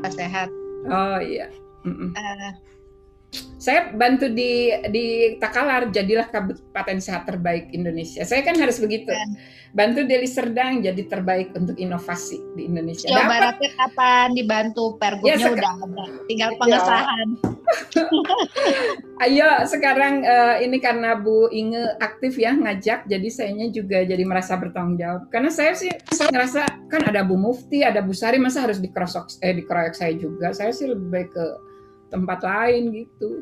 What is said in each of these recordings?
sehat. Oh iya. Eh, Saya bantu di Takalar, jadilah Kabupaten Sehat Terbaik Indonesia. Saya kan harus begitu. dan Bantu Deli Serdang jadi terbaik untuk inovasi di Indonesia. Jawa Dapat Baratnya kapan dibantu? ya Pergubnya udah ada, tinggal ya. pengesahan. Ayo sekarang ini karena Bu Inge aktif ya ngajak, jadi sayanya juga jadi merasa bertanggung jawab. Karena saya sih ngerasa kan ada Bu Mufti, ada Bu Sari, masa harus dikeroyok saya juga. Saya sih lebih baik ke tempat lain gitu.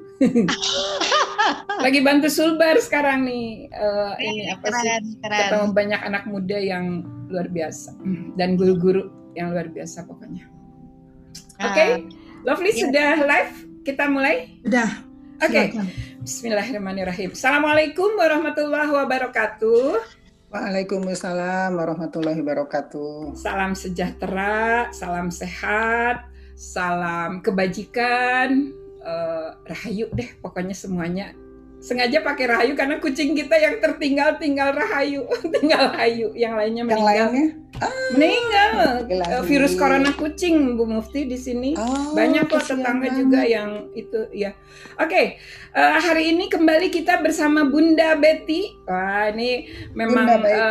Lagi bantu Sulbar sekarang nih. Ini apa sih? Ketemu banyak anak muda yang luar biasa dan guru-guru yang luar biasa pokoknya. Oke, Lovely sudah live? Kita mulai? Sudah. Oke. Bismillahirrahmanirrahim. Assalamualaikum warahmatullahi wabarakatuh. Waalaikumsalam warahmatullahi wabarakatuh. Salam sejahtera, salam sehat, salam kebajikan, rahayu deh pokoknya semuanya. Sengaja pakai rahayu karena kucing kita yang tertinggal rahayu, tinggal hayu, yang lainnya meninggal. Yang lainnya? Meninggal. Virus corona kucing, Bu Mufti di sini. Banyak kok tetangga juga yang itu ya. Oke, hari ini kembali kita bersama Bunda Betty. Wah, ini memang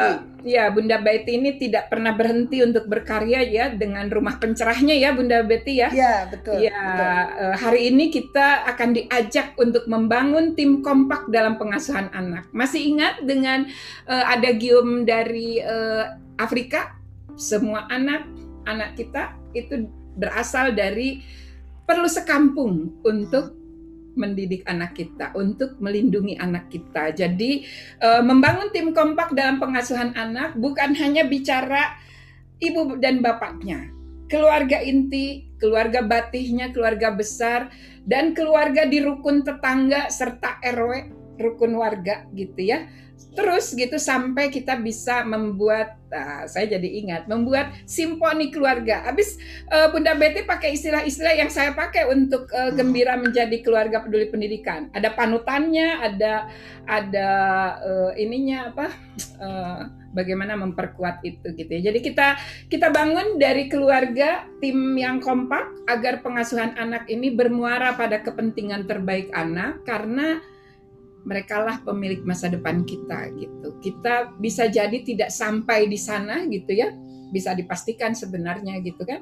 Bunda Betty ini tidak pernah berhenti untuk berkarya ya dengan rumah pencerahnya ya Bunda Betty ya. Iya, betul. Ya, betul. Hari ini kita akan diajak untuk membangun tim kompak dalam pengasuhan anak. Masih ingat dengan adagium dari Afrika? Semua anak kita itu berasal dari perlu sekampung untuk mendidik anak kita, untuk melindungi anak kita. Jadi membangun tim kompak dalam pengasuhan anak bukan hanya bicara ibu dan bapaknya, keluarga inti, keluarga batihnya, keluarga besar, dan keluarga di rukun tetangga serta RW, rukun warga gitu ya. Terus gitu sampai kita bisa membuat, saya jadi ingat, membuat simfoni keluarga. Habis Bunda Betty pakai istilah-istilah yang saya pakai untuk gembira menjadi keluarga peduli pendidikan. Ada panutannya, ada ininya apa, bagaimana memperkuat itu gitu ya. Jadi kita bangun dari keluarga, tim yang kompak agar pengasuhan anak ini bermuara pada kepentingan terbaik anak, karena merekalah pemilik masa depan kita gitu. Kita bisa jadi tidak sampai di sana gitu ya, bisa dipastikan sebenarnya gitu kan.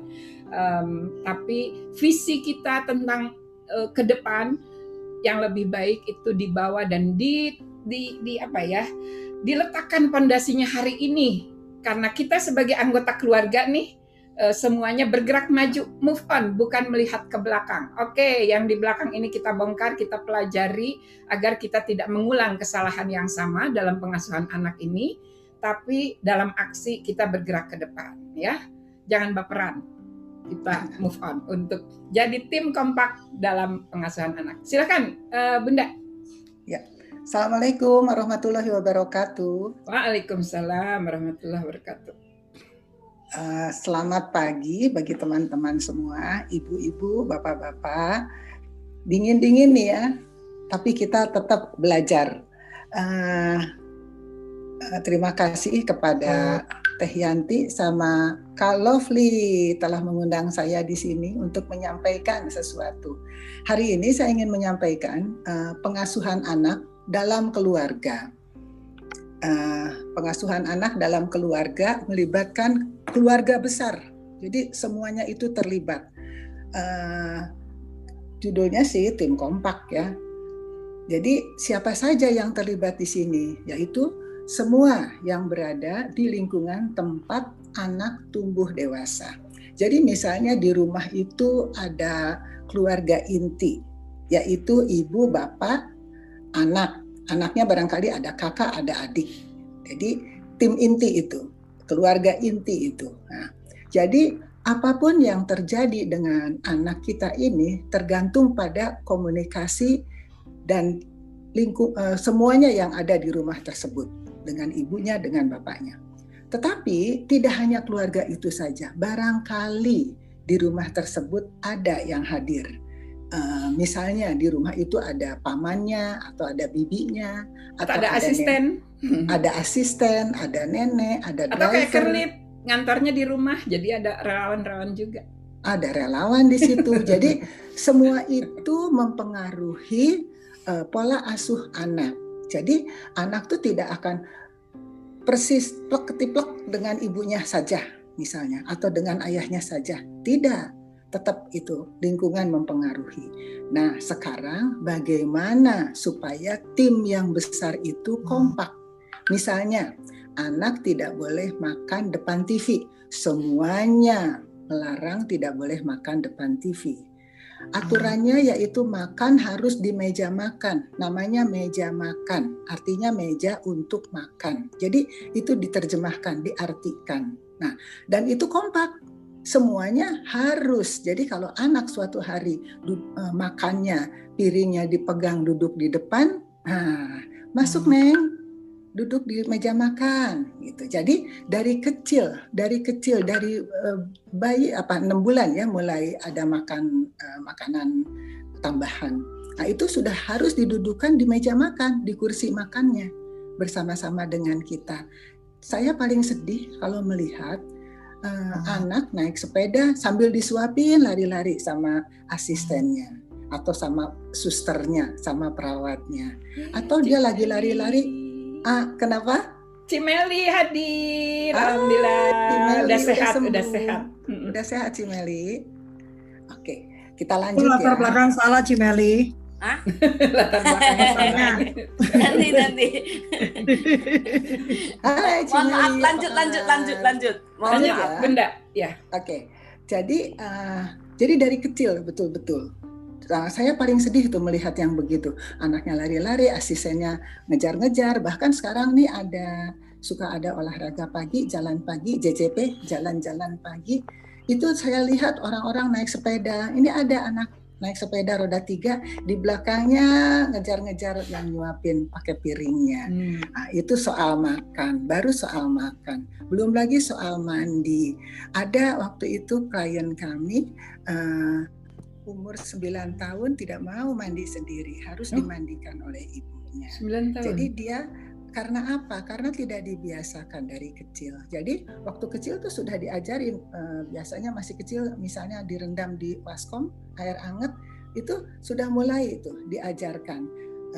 Tapi visi kita tentang ke depan yang lebih baik itu dibawa dan di apa ya, diletakkan pondasinya hari ini, karena kita sebagai anggota keluarga nih semuanya bergerak maju, move on, bukan melihat ke belakang. Oke, yang di belakang ini kita bongkar, kita pelajari agar kita tidak mengulang kesalahan yang sama dalam pengasuhan anak ini, tapi dalam aksi kita bergerak ke depan ya. Jangan baperan. Kita move on untuk jadi tim kompak dalam pengasuhan anak. Silakan Bunda. Ya. Assalamualaikum warahmatullahi wabarakatuh. Waalaikumsalam warahmatullahi wabarakatuh. Selamat pagi bagi teman-teman semua, ibu-ibu, bapak-bapak. Dingin-dingin nih ya, tapi kita tetap belajar. Terima kasih kepada Teh Yanti sama Kak Lovely telah mengundang saya di sini untuk menyampaikan sesuatu. Hari ini saya ingin menyampaikan pengasuhan anak dalam keluarga. Pengasuhan anak dalam keluarga melibatkan keluarga besar, jadi semuanya itu terlibat. Judulnya sih tim kompak ya. Jadi siapa saja yang terlibat di sini, yaitu semua yang berada di lingkungan tempat anak tumbuh dewasa. Jadi misalnya di rumah itu ada keluarga inti, yaitu ibu, bapak, anak. Anaknya barangkali ada kakak, ada adik. Jadi tim inti itu, keluarga inti itu. Nah, jadi apapun yang terjadi dengan anak kita ini tergantung pada komunikasi dan semuanya yang ada di rumah tersebut, dengan ibunya, dengan bapaknya. Tetapi tidak hanya keluarga itu saja, barangkali di rumah tersebut ada yang hadir. Misalnya di rumah itu ada pamannya atau ada bibinya atau ada asisten, ada nenek, ada driver. Atau kayak Kerlip ngantornya di rumah, jadi ada relawan-relawan juga. ada relawan di situ. Jadi semua itu mempengaruhi pola asuh anak. Jadi anak tuh tidak akan persis plek ketiplek dengan ibunya saja misalnya, atau dengan ayahnya saja. Tidak, tetap itu lingkungan mempengaruhi. Nah, sekarang bagaimana supaya tim yang besar itu kompak? Misalnya, anak tidak boleh makan depan TV. Semuanya melarang tidak boleh makan depan TV. Aturannya yaitu makan harus di meja makan. Namanya meja makan, artinya meja untuk makan. Jadi itu diterjemahkan, diartikan. Nah, dan itu kompak. Semuanya harus. Jadi kalau anak suatu hari makannya, piringnya dipegang duduk di depan, masuk Neng, duduk di meja makan gitu. Jadi dari kecil dari bayi 6 bulan ya mulai ada makan makanan tambahan. Nah, itu sudah harus didudukan di meja makan, di kursi makannya bersama-sama dengan kita. Saya paling sedih kalau melihat anak naik sepeda sambil disuapin lari-lari sama asistennya atau sama susternya, sama perawatnya. Atau dia lagi lari-lari. Kenapa? Cimeli hadir, alhamdulillah. Cimeli udah sehat. Udah sehat Cimeli. Oke, kita lanjut ya. Latar belakang salah Cimeli. Latar belakangnya salah. Nanti. Hai Mohon Cimeli. maaf, lanjut. Mohon Lanjut maaf. ya, Bunda. Ya. Oke, jadi dari kecil betul-betul. Saya paling sedih tuh melihat yang begitu. Anaknya lari-lari, asistennya ngejar-ngejar. Bahkan sekarang nih suka ada olahraga pagi, jalan pagi, JJP, jalan-jalan pagi. Itu saya lihat orang-orang naik sepeda. Ini ada anak naik sepeda roda 3, di belakangnya ngejar-ngejar yang nyuapin pakai piringnya. Nah, itu soal makan, baru soal makan. Belum lagi soal mandi. Ada waktu itu klien kami umur 9 tahun tidak mau mandi sendiri, harus dimandikan oleh ibunya. 9 tahun. Jadi dia karena apa? Karena tidak dibiasakan dari kecil. Jadi waktu kecil tuh sudah diajarin, biasanya masih kecil misalnya direndam di baskom air hangat, itu sudah mulai itu diajarkan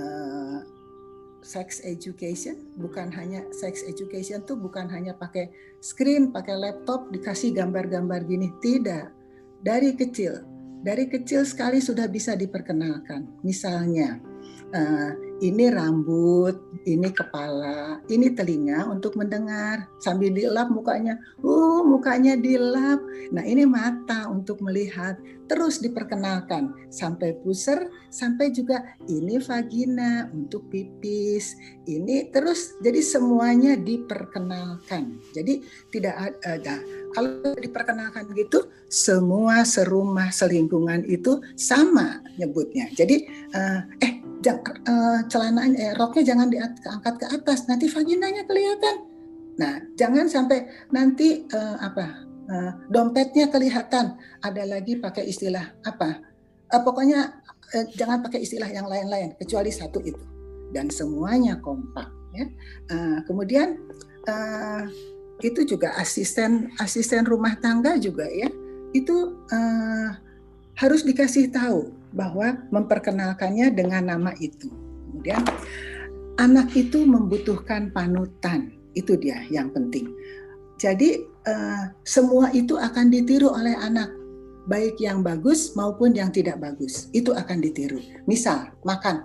sex education. Bukan hanya sex education tuh bukan hanya pakai screen, pakai laptop dikasih gambar-gambar gini, tidak. Dari kecil sekali sudah bisa diperkenalkan. Misalnya, ini rambut, ini kepala, ini telinga untuk mendengar. Sambil dilap mukanya, mukanya dilap. Nah, ini mata untuk melihat. Terus diperkenalkan sampai pusar, sampai juga ini vagina untuk pipis. Ini terus, jadi semuanya diperkenalkan. Jadi tidak ada. Kalau diperkenalkan gitu, semua serumah selingkungan itu sama nyebutnya. Jadi celananya, roknya jangan diangkat ke atas, nanti vaginanya kelihatan. Nah, jangan sampai nanti dompetnya kelihatan. Ada lagi pakai istilah apa? Pokoknya jangan pakai istilah yang lain-lain kecuali satu itu. Dan semuanya kompak. Ya. Kemudian itu juga asisten rumah tangga juga ya. Itu harus dikasih tahu bahwa memperkenalkannya dengan nama itu. Kemudian anak itu membutuhkan panutan, itu dia yang penting. Jadi semua itu akan ditiru oleh anak, baik yang bagus maupun yang tidak bagus, itu akan ditiru. Misal makan,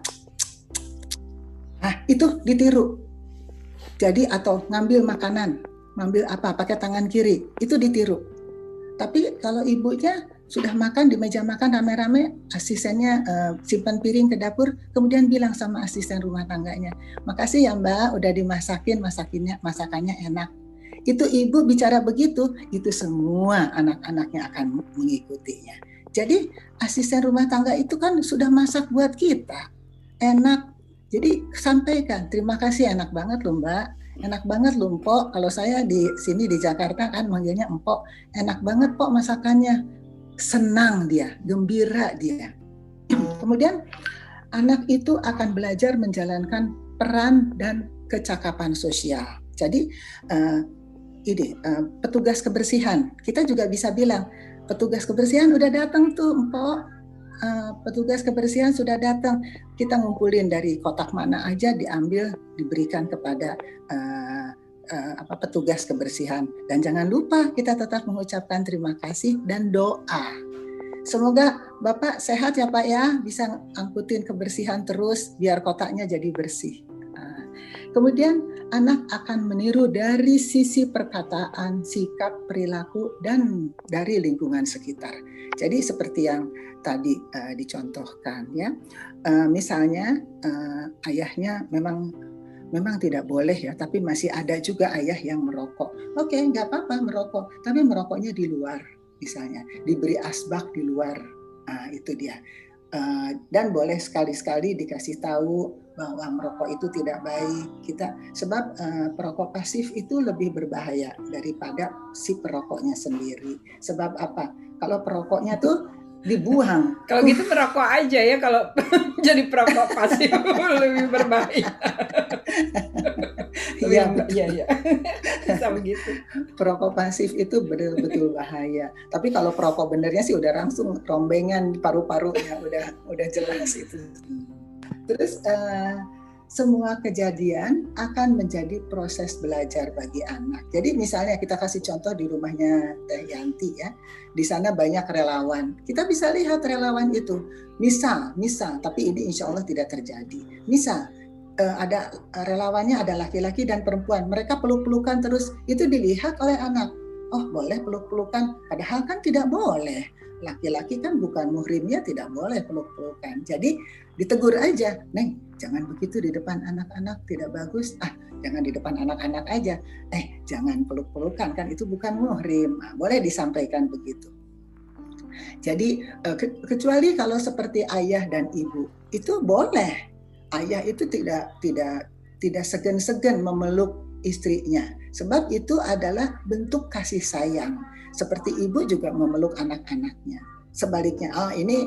itu ditiru. Jadi atau ngambil makanan, ngambil apa, pakai tangan kiri, itu ditiru. Tapi kalau ibunya sudah makan di meja makan rame-rame, asistennya simpan piring ke dapur, kemudian bilang sama asisten rumah tangganya, makasih ya Mbak, udah dimasakin, masakannya enak. Itu ibu bicara begitu, itu semua anak-anaknya akan mengikutinya. Jadi asisten rumah tangga itu kan sudah masak buat kita, enak. Jadi sampaikan, terima kasih, enak banget loh Mbak, enak banget loh Mpok. Kalau saya di sini di Jakarta kan manggilnya Mpok, enak banget Pok masakannya. Senang dia, gembira dia. Kemudian anak itu akan belajar menjalankan peran dan kecakapan sosial. Jadi petugas kebersihan, kita juga bisa bilang, petugas kebersihan udah datang tuh, Empok. Petugas kebersihan sudah datang. Kita ngumpulin dari kotak mana aja, diambil, diberikan kepada petugas kebersihan. Dan jangan lupa kita tetap mengucapkan terima kasih dan doa. Semoga Bapak sehat ya Pak ya, bisa angkutin kebersihan terus biar kotaknya jadi bersih. Kemudian anak akan meniru dari sisi perkataan, sikap, perilaku, dan dari lingkungan sekitar. Jadi seperti yang tadi dicontohkan ya, misalnya ayahnya memang tidak boleh ya, tapi masih ada juga ayah yang merokok. Oke, nggak apa-apa merokok, tapi merokoknya di luar, misalnya diberi asbak di luar, itu dia. Dan boleh sekali-sekali dikasih tahu bahwa merokok itu tidak baik sebab perokok pasif itu lebih berbahaya daripada si perokoknya sendiri. Sebab apa? Kalau perokoknya tuh dibuang. Kalau gitu merokok aja ya, kalau jadi perokok pasif lebih berbahaya. Iya. Bisa begitu. Perokok pasif itu betul-betul bahaya. Tapi kalau perokok benernya sih udah langsung rombengan paru-parunya, udah jelas itu. Terus semua kejadian akan menjadi proses belajar bagi anak. Jadi misalnya kita kasih contoh di rumahnya Teh Yanti ya, di sana banyak relawan. Kita bisa lihat relawan itu. Misal, tapi ini insya Allah tidak terjadi. Misal ada relawannya ada laki-laki dan perempuan, mereka peluk-pelukan terus, itu dilihat oleh anak. Oh boleh peluk-pelukan, padahal kan tidak boleh. Laki-laki kan bukan muhrimnya, tidak boleh peluk-pelukan. Jadi ditegur aja, Neng, jangan begitu di depan anak-anak, tidak bagus. Jangan di depan anak-anak aja. Jangan peluk-pelukan, kan itu bukan muhrim. Boleh disampaikan begitu. Jadi kecuali kalau seperti ayah dan ibu, itu boleh. Ayah itu tidak segan-segan memeluk istrinya, sebab itu adalah bentuk kasih sayang. Seperti ibu juga memeluk anak-anaknya. Sebaliknya, ini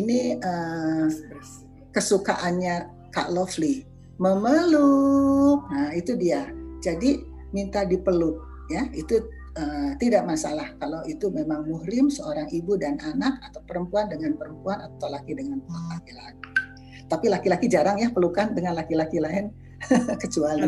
kesukaannya Kak Lovely, memeluk. Nah itu dia. Jadi minta dipeluk, ya itu tidak masalah kalau itu memang muhrim seorang ibu dan anak, atau perempuan dengan perempuan, atau laki dengan laki-laki. Tapi laki-laki jarang ya pelukan dengan laki-laki lain, kecuali.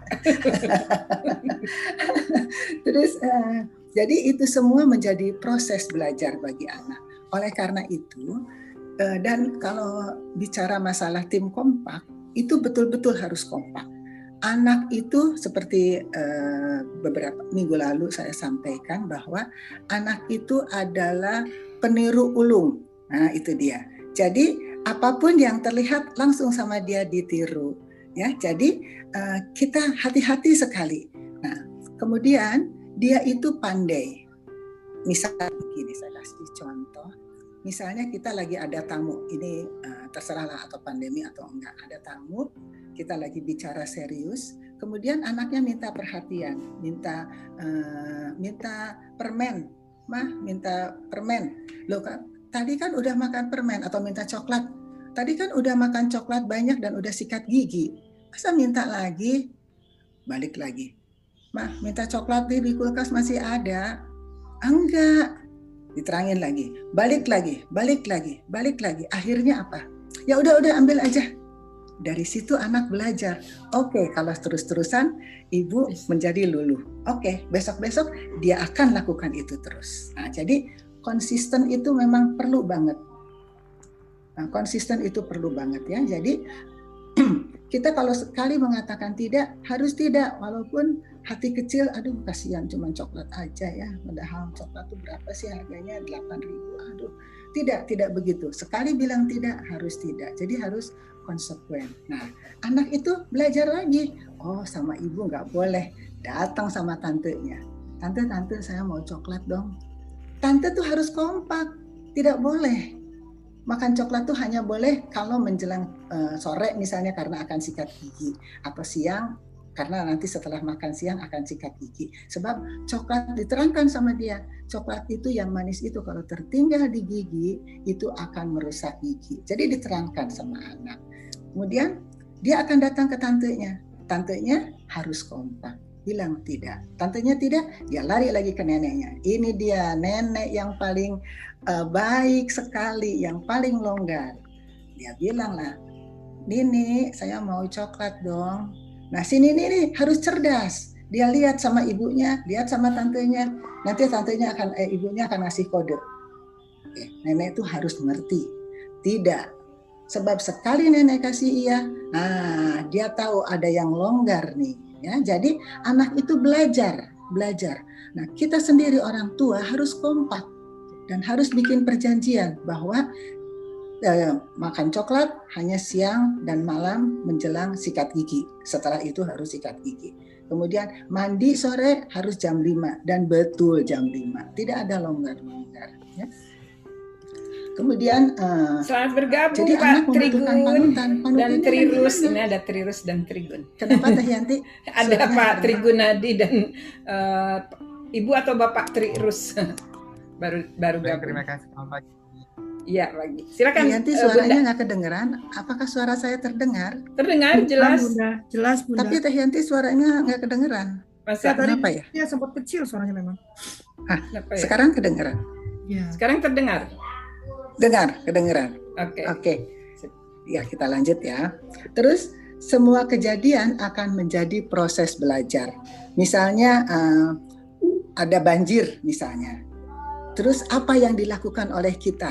Terus jadi itu semua menjadi proses belajar bagi anak. Oleh karena itu, dan kalau bicara masalah tim kompak, itu betul-betul harus kompak. Anak itu seperti beberapa minggu lalu saya sampaikan bahwa anak itu adalah peniru ulung. Nah itu dia. Jadi apapun yang terlihat langsung sama dia ditiru. Ya, jadi kita hati-hati sekali. Nah, kemudian dia itu pandai. Misalnya begini, saya kasih contoh. Misalnya kita lagi ada tamu, ini terserahlah atau pandemi atau enggak, ada tamu, kita lagi bicara serius, kemudian anaknya minta perhatian, minta permen, minta permen. Loh, tadi kan udah makan permen, atau minta coklat. Tadi kan udah makan coklat banyak dan udah sikat gigi. Masa minta lagi? Balik lagi. Minta coklat di kulkas masih ada. Enggak. Diterangin lagi. Balik lagi. Akhirnya apa? Ya udah ambil aja. Dari situ anak belajar. Oke, kalau terus-terusan ibu menjadi luluh. Oke, besok-besok dia akan lakukan itu terus. Nah, jadi konsisten itu memang perlu banget. Ya. Jadi kita kalau sekali mengatakan tidak, harus tidak. Walaupun hati kecil, aduh kasihan cuma coklat aja ya. Padahal coklat itu berapa sih harganya? 8.000. Aduh, tidak begitu. Sekali bilang tidak, harus tidak. Jadi harus konsekuen. Nah, anak itu belajar lagi. Oh, sama ibu nggak boleh. Datang sama tantenya. Tante saya mau coklat dong. Tante tuh harus kompak. Tidak boleh. Makan coklat tuh hanya boleh kalau menjelang sore misalnya karena akan sikat gigi, atau siang karena nanti setelah makan siang akan sikat gigi. Sebab coklat diterangkan sama dia, coklat itu yang manis itu kalau tertinggal di gigi itu akan merusak gigi. Jadi diterangkan sama anak. Kemudian dia akan datang ke tantenya harus kompak. bilang tidak. Tantenya tidak, dia lari lagi ke neneknya. Ini dia nenek yang paling baik sekali, yang paling longgar. Dia bilang lah, Nini, saya mau coklat dong. Nah, si Nini ini harus cerdas. Dia lihat sama ibunya, lihat sama tantenya. Nanti tantenya ibunya akan ngasih kode. Nenek itu harus mengerti. Tidak. Sebab sekali nenek kasih iya, dia tahu ada yang longgar nih. Ya, jadi anak itu belajar. Nah, kita sendiri orang tua harus kompak dan harus bikin perjanjian bahwa makan coklat hanya siang dan malam menjelang sikat gigi. Setelah itu harus sikat gigi. Kemudian mandi sore harus jam 5 dan betul jam 5. Tidak ada longgar-longgar. Ya. Kemudian selamat bergabung jadi Pak Trigun panutan dan Trirus. Ini ada Trirus dan Trigun. Kenapa Teh Yanti? Ada Pak Trigunadi dan Ibu atau Bapak Trirus baru gabung. Terima kasih Pak. Iya lagi. Silakan. Yanti suaranya nggak kedengeran. Apakah suara saya terdengar? Terdengar jelas. Bunda. Jelas Bunda. Tapi Teh Yanti suaranya nggak kedengeran. Masa Kenapa ya? Dia sempat kecil suaranya memang. kenapa ya? Sekarang kedengeran. Ya. Sekarang terdengar. Kedengeran. Oke. Oke. Ya, kita lanjut ya. Terus semua kejadian akan menjadi proses belajar. Misalnya ada banjir misalnya. Terus apa yang dilakukan oleh kita?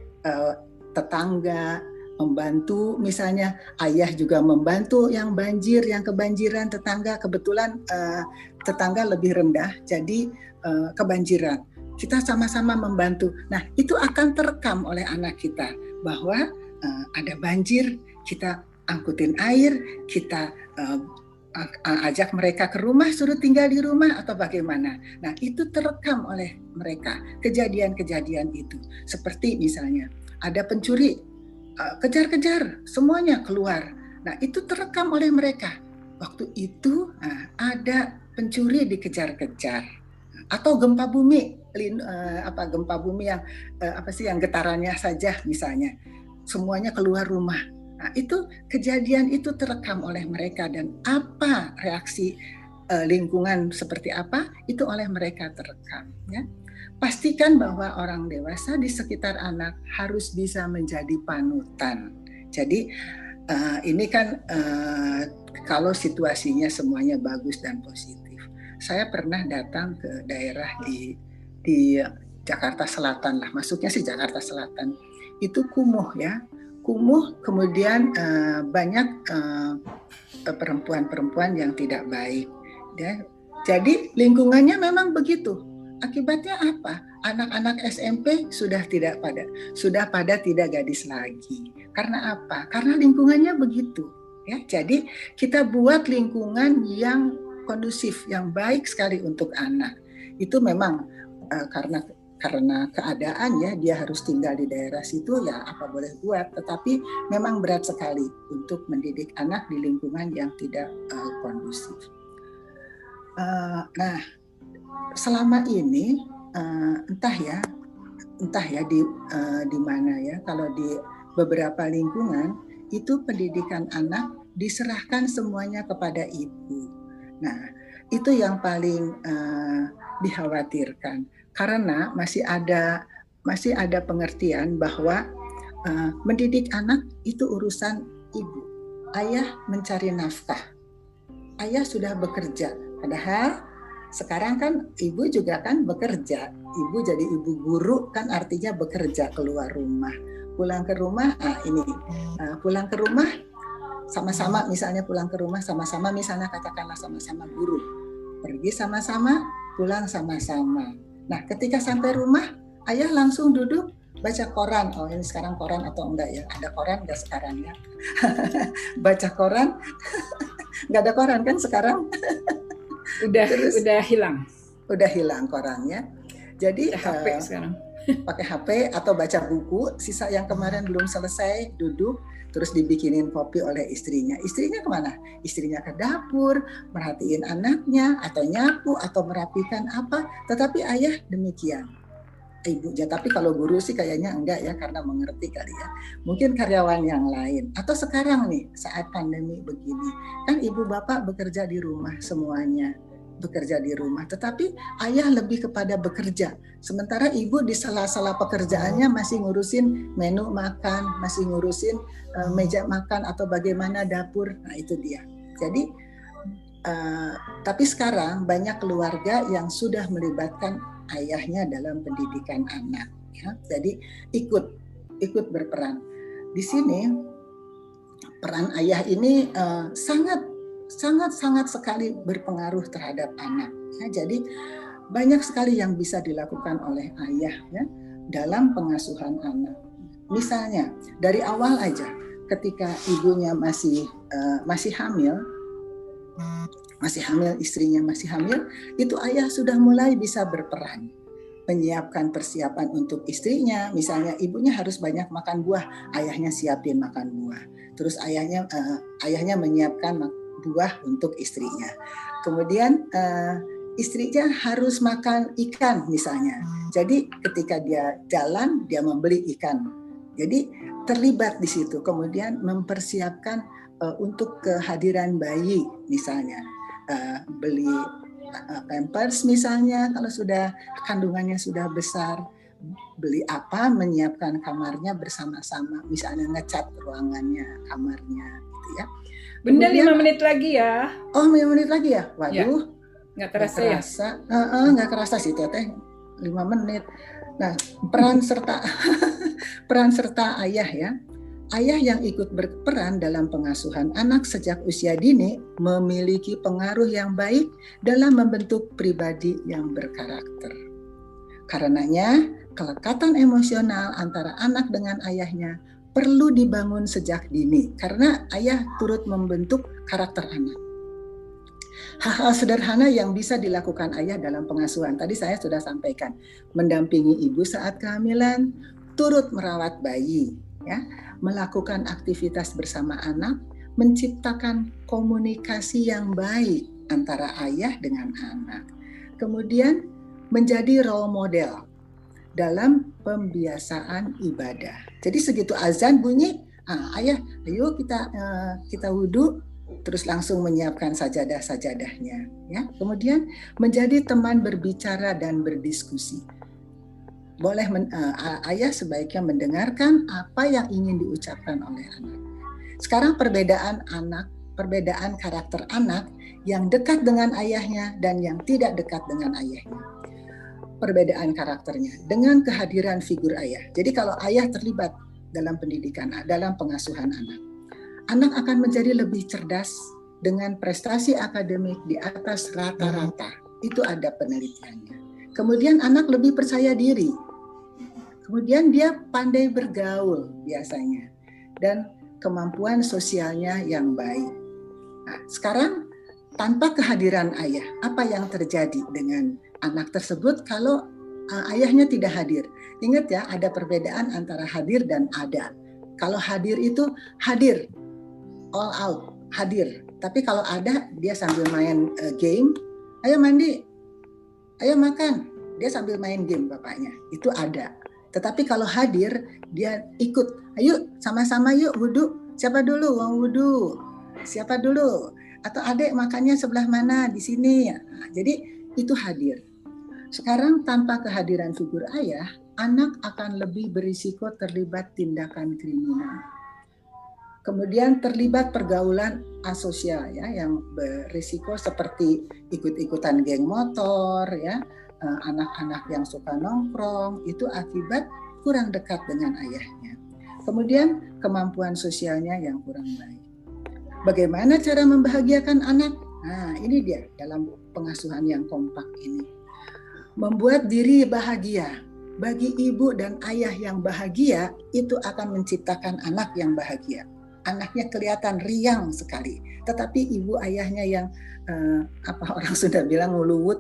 Tetangga membantu, misalnya ayah juga membantu yang banjir, yang kebanjiran, tetangga kebetulan tetangga lebih rendah, jadi kebanjiran. Kita sama-sama membantu. Nah, itu akan terekam oleh anak kita bahwa ada banjir, kita angkutin air, kita ajak mereka ke rumah, suruh tinggal di rumah atau bagaimana. Nah, itu terekam oleh mereka, kejadian-kejadian itu. Seperti misalnya, ada pencuri, kejar-kejar, semuanya keluar. Nah, itu terekam oleh mereka. Waktu itu ada pencuri dikejar-kejar. Atau gempa bumi, gempa bumi yang getarannya saja misalnya. Semuanya keluar rumah. Nah, itu kejadian itu terekam oleh mereka dan apa reaksi lingkungan seperti apa itu oleh mereka terekam. Ya. Pastikan bahwa orang dewasa di sekitar anak harus bisa menjadi panutan. Jadi ini kan kalau situasinya semuanya bagus dan positif. Saya pernah datang ke daerah di Jakarta Selatan lah, masuknya sih Jakarta Selatan. Itu kumuh ya. Kumuh, kemudian banyak perempuan-perempuan yang tidak baik. Ya. Jadi lingkungannya memang begitu. Akibatnya apa? Anak-anak SMP sudah pada tidak gadis lagi. Karena apa? Karena lingkungannya begitu. Ya. Jadi kita buat lingkungan yang kondusif, yang baik sekali untuk anak. Itu memang karena keadaan ya dia harus tinggal di daerah situ ya apa boleh buat, tetapi memang berat sekali untuk mendidik anak di lingkungan yang tidak kondusif. Nah, selama ini entah ya di mana ya, kalau di beberapa lingkungan itu pendidikan anak diserahkan semuanya kepada ibu. Nah, itu yang paling dikhawatirkan. Karena masih ada pengertian bahwa mendidik anak itu urusan ibu. Ayah mencari nafkah. Ayah sudah bekerja. Padahal sekarang kan ibu juga kan bekerja. Ibu jadi ibu guru kan artinya bekerja keluar rumah. Pulang ke rumah, pulang ke rumah sama-sama misalnya pulang ke rumah sama-sama misalnya katakanlah sama-sama guru. Pergi sama-sama, pulang sama-sama. Nah, ketika sampai rumah, ayah langsung duduk baca koran. Oh, ini sekarang koran atau enggak ya? Ada koran enggak sekarang ya? Baca koran. Enggak ada koran kan sekarang? Udah hilang. Udah hilang korannya. Jadi HP sekarang. Pakai HP atau baca buku, sisa yang kemarin belum selesai duduk terus dibikinin kopi oleh istrinya. Istrinya kemana? Istrinya ke dapur, merhatiin anaknya, atau nyapu, atau merapikan apa. Tetapi ayah demikian. Ibunya, tapi kalau guru sih kayaknya enggak ya, karena mengerti kali ya. Mungkin karyawan yang lain. Atau sekarang nih, saat pandemi begini, kan ibu bapak bekerja di rumah semuanya. bekerja di rumah, tetapi ayah lebih kepada bekerja. Sementara ibu di sela-sela pekerjaannya masih ngurusin menu makan, masih ngurusin meja makan atau bagaimana dapur. Nah itu dia. Jadi tapi sekarang banyak keluarga yang sudah melibatkan ayahnya dalam pendidikan anak. Ya. Jadi ikut berperan. Di sini peran ayah ini sangat sekali berpengaruh terhadap anak. Ya, jadi banyak sekali yang bisa dilakukan oleh ayah ya, dalam pengasuhan anak. Misalnya dari awal aja, ketika ibunya masih hamil, istrinya masih hamil, itu ayah sudah mulai bisa berperan. Menyiapkan persiapan untuk istrinya, misalnya ibunya harus banyak makan buah, ayahnya siapin makan buah. Terus ayahnya menyiapkan buah untuk istrinya. Kemudian istrinya harus makan ikan misalnya. Jadi ketika dia jalan, dia membeli ikan. Jadi terlibat di situ. Kemudian mempersiapkan untuk kehadiran bayi misalnya. Beli Pampers misalnya kalau sudah kandungannya sudah besar, beli apa, menyiapkan kamarnya bersama-sama, misalnya ngecat ruangannya, kamarnya gitu ya. Bunda, Kemudian, 5 menit lagi ya. Oh 5 menit lagi ya? Waduh, Nggak terasa ya? Nggak kerasa sih Teteh, 5 menit. Nah, peran serta ayah ya. Ayah yang ikut berperan dalam pengasuhan anak sejak usia dini memiliki pengaruh yang baik dalam membentuk pribadi yang berkarakter. Karenanya, kelekatan emosional antara anak dengan ayahnya perlu dibangun sejak dini karena ayah turut membentuk karakter anak. Hal-hal sederhana yang bisa dilakukan ayah dalam pengasuhan. Tadi saya sudah sampaikan, mendampingi ibu saat kehamilan, turut merawat bayi, ya, melakukan aktivitas bersama anak, menciptakan komunikasi yang baik antara ayah dengan anak. Kemudian menjadi role model dalam pembiasaan ibadah. Jadi segitu azan bunyi, ayah, ayo kita wudhu, terus langsung menyiapkan sajadah-sajadahnya. Ya. Kemudian menjadi teman berbicara dan berdiskusi. Boleh ayah sebaiknya mendengarkan apa yang ingin diucapkan oleh anak. Sekarang perbedaan karakter anak yang dekat dengan ayahnya dan yang tidak dekat dengan ayahnya. Perbedaan karakternya dengan kehadiran figur ayah. Jadi kalau ayah terlibat dalam pendidikan, dalam pengasuhan anak akan menjadi lebih cerdas dengan prestasi akademik di atas rata-rata. Itu ada penelitiannya. Kemudian anak lebih percaya diri. Kemudian dia pandai bergaul biasanya. Dan kemampuan sosialnya yang baik. Nah, sekarang tanpa kehadiran ayah, apa yang terjadi dengan anak tersebut kalau ayahnya tidak hadir? Ingat ya, ada perbedaan antara hadir dan ada. Kalau hadir itu hadir, all out, hadir. Tapi kalau ada, dia sambil main game, ayo mandi, ayo makan. Dia sambil main game bapaknya, itu ada. Tetapi kalau hadir, dia ikut. Ayo sama-sama yuk wudhu. Siapa dulu? Mau wudhu. Siapa dulu? Atau adik makannya sebelah mana? Di sini. Nah, jadi itu hadir. Sekarang tanpa kehadiran figur ayah, anak akan lebih berisiko terlibat tindakan kriminal. Kemudian terlibat pergaulan asosial ya, yang berisiko seperti ikut-ikutan geng motor ya. Anak-anak yang suka nongkrong itu akibat kurang dekat dengan ayahnya. Kemudian kemampuan sosialnya yang kurang baik. Bagaimana cara membahagiakan anak? Nah, ini dia dalam pengasuhan yang kompak ini. Membuat diri bahagia. Bagi ibu dan ayah yang bahagia, itu akan menciptakan anak yang bahagia. Anaknya kelihatan riang sekali. Tetapi ibu ayahnya yang orang sudah bilang nguluwut,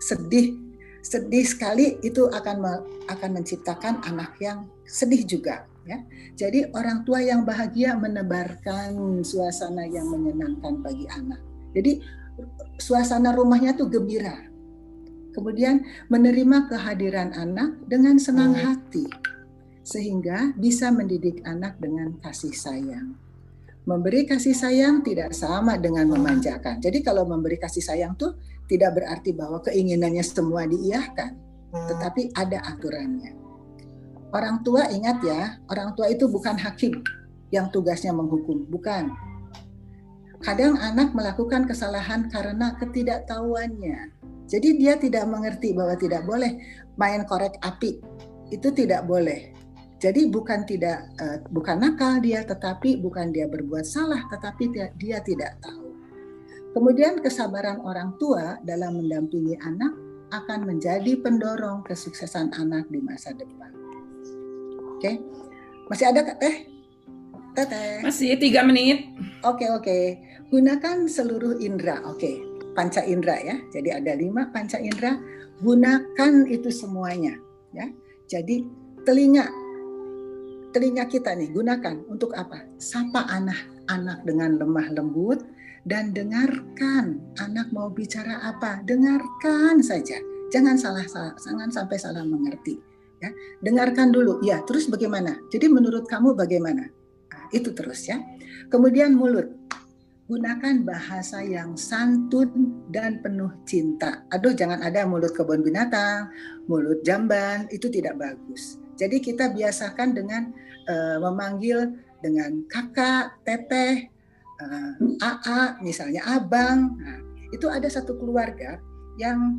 sedih sekali, itu akan menciptakan anak yang sedih juga ya. Jadi orang tua yang bahagia menebarkan suasana yang menyenangkan bagi anak. Jadi suasana rumahnya tuh gembira. Kemudian menerima kehadiran anak dengan senang hati sehingga bisa mendidik anak dengan kasih sayang. Memberi kasih sayang tidak sama dengan memanjakan. Jadi kalau memberi kasih sayang tuh Tidak berarti bahwa keinginannya semua diiyahkan, tetapi ada aturannya. Orang tua ingat ya, orang tua itu bukan hakim yang tugasnya menghukum, bukan. Kadang anak melakukan kesalahan karena ketidaktahuannya. Jadi dia tidak mengerti bahwa tidak boleh main korek api. Itu tidak boleh. Jadi bukan nakal dia, tetapi bukan dia berbuat salah, tetapi dia tidak tahu. Kemudian kesabaran orang tua dalam mendampingi anak akan menjadi pendorong kesuksesan anak di masa depan. Oke, masih ada Teteh? Masih 3 menit. Oke. Gunakan seluruh indera. Oke, panca indera ya. Jadi ada 5 panca indera. Gunakan itu semuanya. Ya. Jadi telinga kita nih gunakan untuk apa? Sapa anak dengan lemah lembut dan dengarkan anak mau bicara apa. Dengarkan saja. Jangan sampai salah mengerti. Ya. Dengarkan dulu. Ya, terus bagaimana? Jadi menurut kamu bagaimana? Nah, itu terus ya. Kemudian mulut. Gunakan bahasa yang santun dan penuh cinta. Aduh, jangan ada mulut kebun binatang, mulut jamban, itu tidak bagus. Jadi kita biasakan dengan memanggil dengan kakak, teteh, AA, misalnya abang. Nah, itu ada satu keluarga yang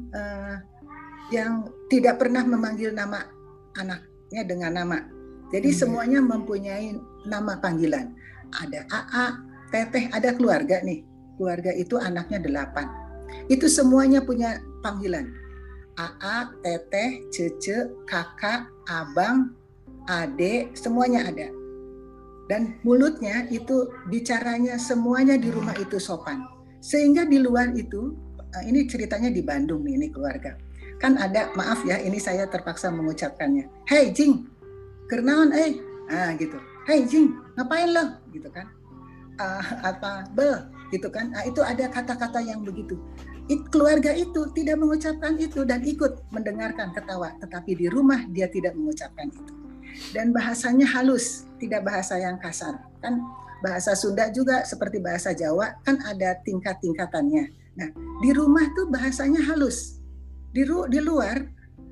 tidak pernah memanggil nama anaknya dengan nama. Jadi semuanya mempunyai nama panggilan. Ada AA, teteh, ada keluarga nih. Keluarga itu anaknya 8. Itu semuanya punya panggilan. AA, teteh, cece, kakak, abang, ade, semuanya ada. Dan mulutnya itu bicaranya semuanya di rumah itu sopan. Sehingga di luar itu, ini ceritanya di Bandung nih, ini keluarga. Kan ada, maaf ya, ini saya terpaksa mengucapkannya. Hei Jing, kernaon gitu. Hei Jing, ngapain lo? Gitu kan. Apa bel gitu kan. Itu ada kata-kata yang begitu. Keluarga itu tidak mengucapkan itu dan ikut mendengarkan ketawa, tetapi di rumah dia tidak mengucapkan itu. Dan bahasanya halus, tidak bahasa yang kasar. Kan bahasa Sunda juga seperti bahasa Jawa kan ada tingkat-tingkatannya. Nah, di rumah tuh bahasanya halus. Di luar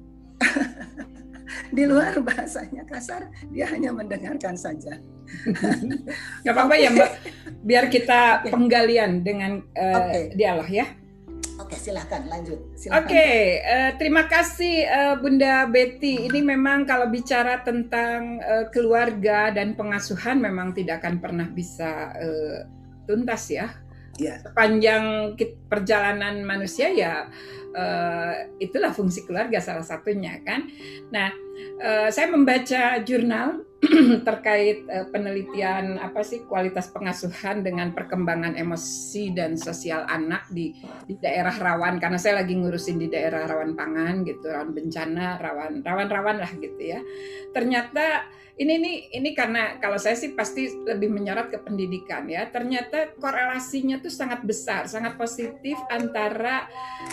di luar bahasanya kasar, dia hanya mendengarkan saja. Gak apa-apa ya Mbak, biar kita penggalian dengan dialog ya. Oke, silakan lanjut. Oke, terima kasih Bunda Betty. Ini memang kalau bicara tentang keluarga dan pengasuhan memang tidak akan pernah bisa tuntas ya. Sepanjang perjalanan manusia ya itulah fungsi keluarga salah satunya kan. Nah, saya membaca jurnal terkait penelitian kualitas pengasuhan dengan perkembangan emosi dan sosial anak di daerah rawan, karena saya lagi ngurusin di daerah rawan pangan gitu, rawan bencana, rawan lah gitu ya. Ternyata ini karena kalau saya sih pasti lebih menyorot ke pendidikan ya. Ternyata korelasinya tuh sangat besar, sangat positif antara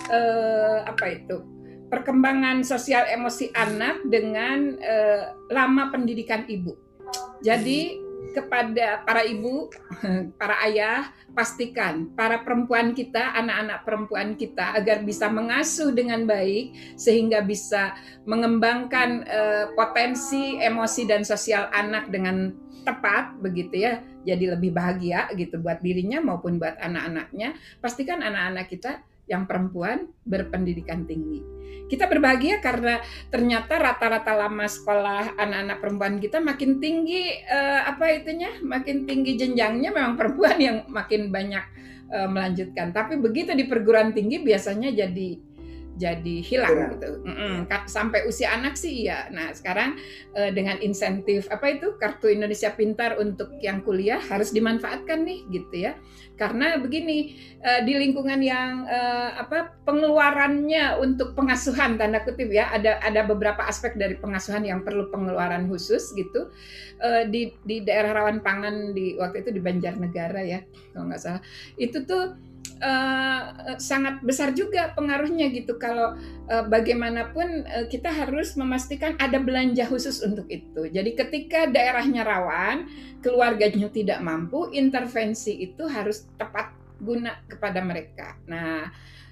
perkembangan sosial emosi anak dengan lama pendidikan ibu. Jadi kepada para ibu, para ayah, pastikan para perempuan kita, anak-anak perempuan kita agar bisa mengasuh dengan baik sehingga bisa mengembangkan potensi emosi dan sosial anak dengan tepat begitu ya. Jadi lebih bahagia gitu buat dirinya maupun buat anak-anaknya. Pastikan anak-anak kita yang perempuan berpendidikan tinggi. Kita berbahagia karena ternyata rata-rata lama sekolah anak-anak perempuan kita makin tinggi makin tinggi jenjangnya memang perempuan yang makin banyak melanjutkan. Tapi begitu di perguruan tinggi biasanya jadi hilang gitu. Sampai usia anak sih ya. Nah, sekarang dengan insentif Kartu Indonesia Pintar untuk yang kuliah harus dimanfaatkan nih gitu ya. Karena begini, di lingkungan yang pengeluarannya untuk pengasuhan tanda kutip ya, ada beberapa aspek dari pengasuhan yang perlu pengeluaran khusus gitu. Di daerah rawan pangan waktu itu di Banjarnegara ya, kalau nggak salah. Itu tuh sangat besar juga pengaruhnya gitu. Kalau bagaimanapun kita harus memastikan ada belanja khusus untuk itu. Jadi ketika daerahnya rawan, keluarganya tidak mampu, intervensi itu harus tepat guna kepada mereka. Nah,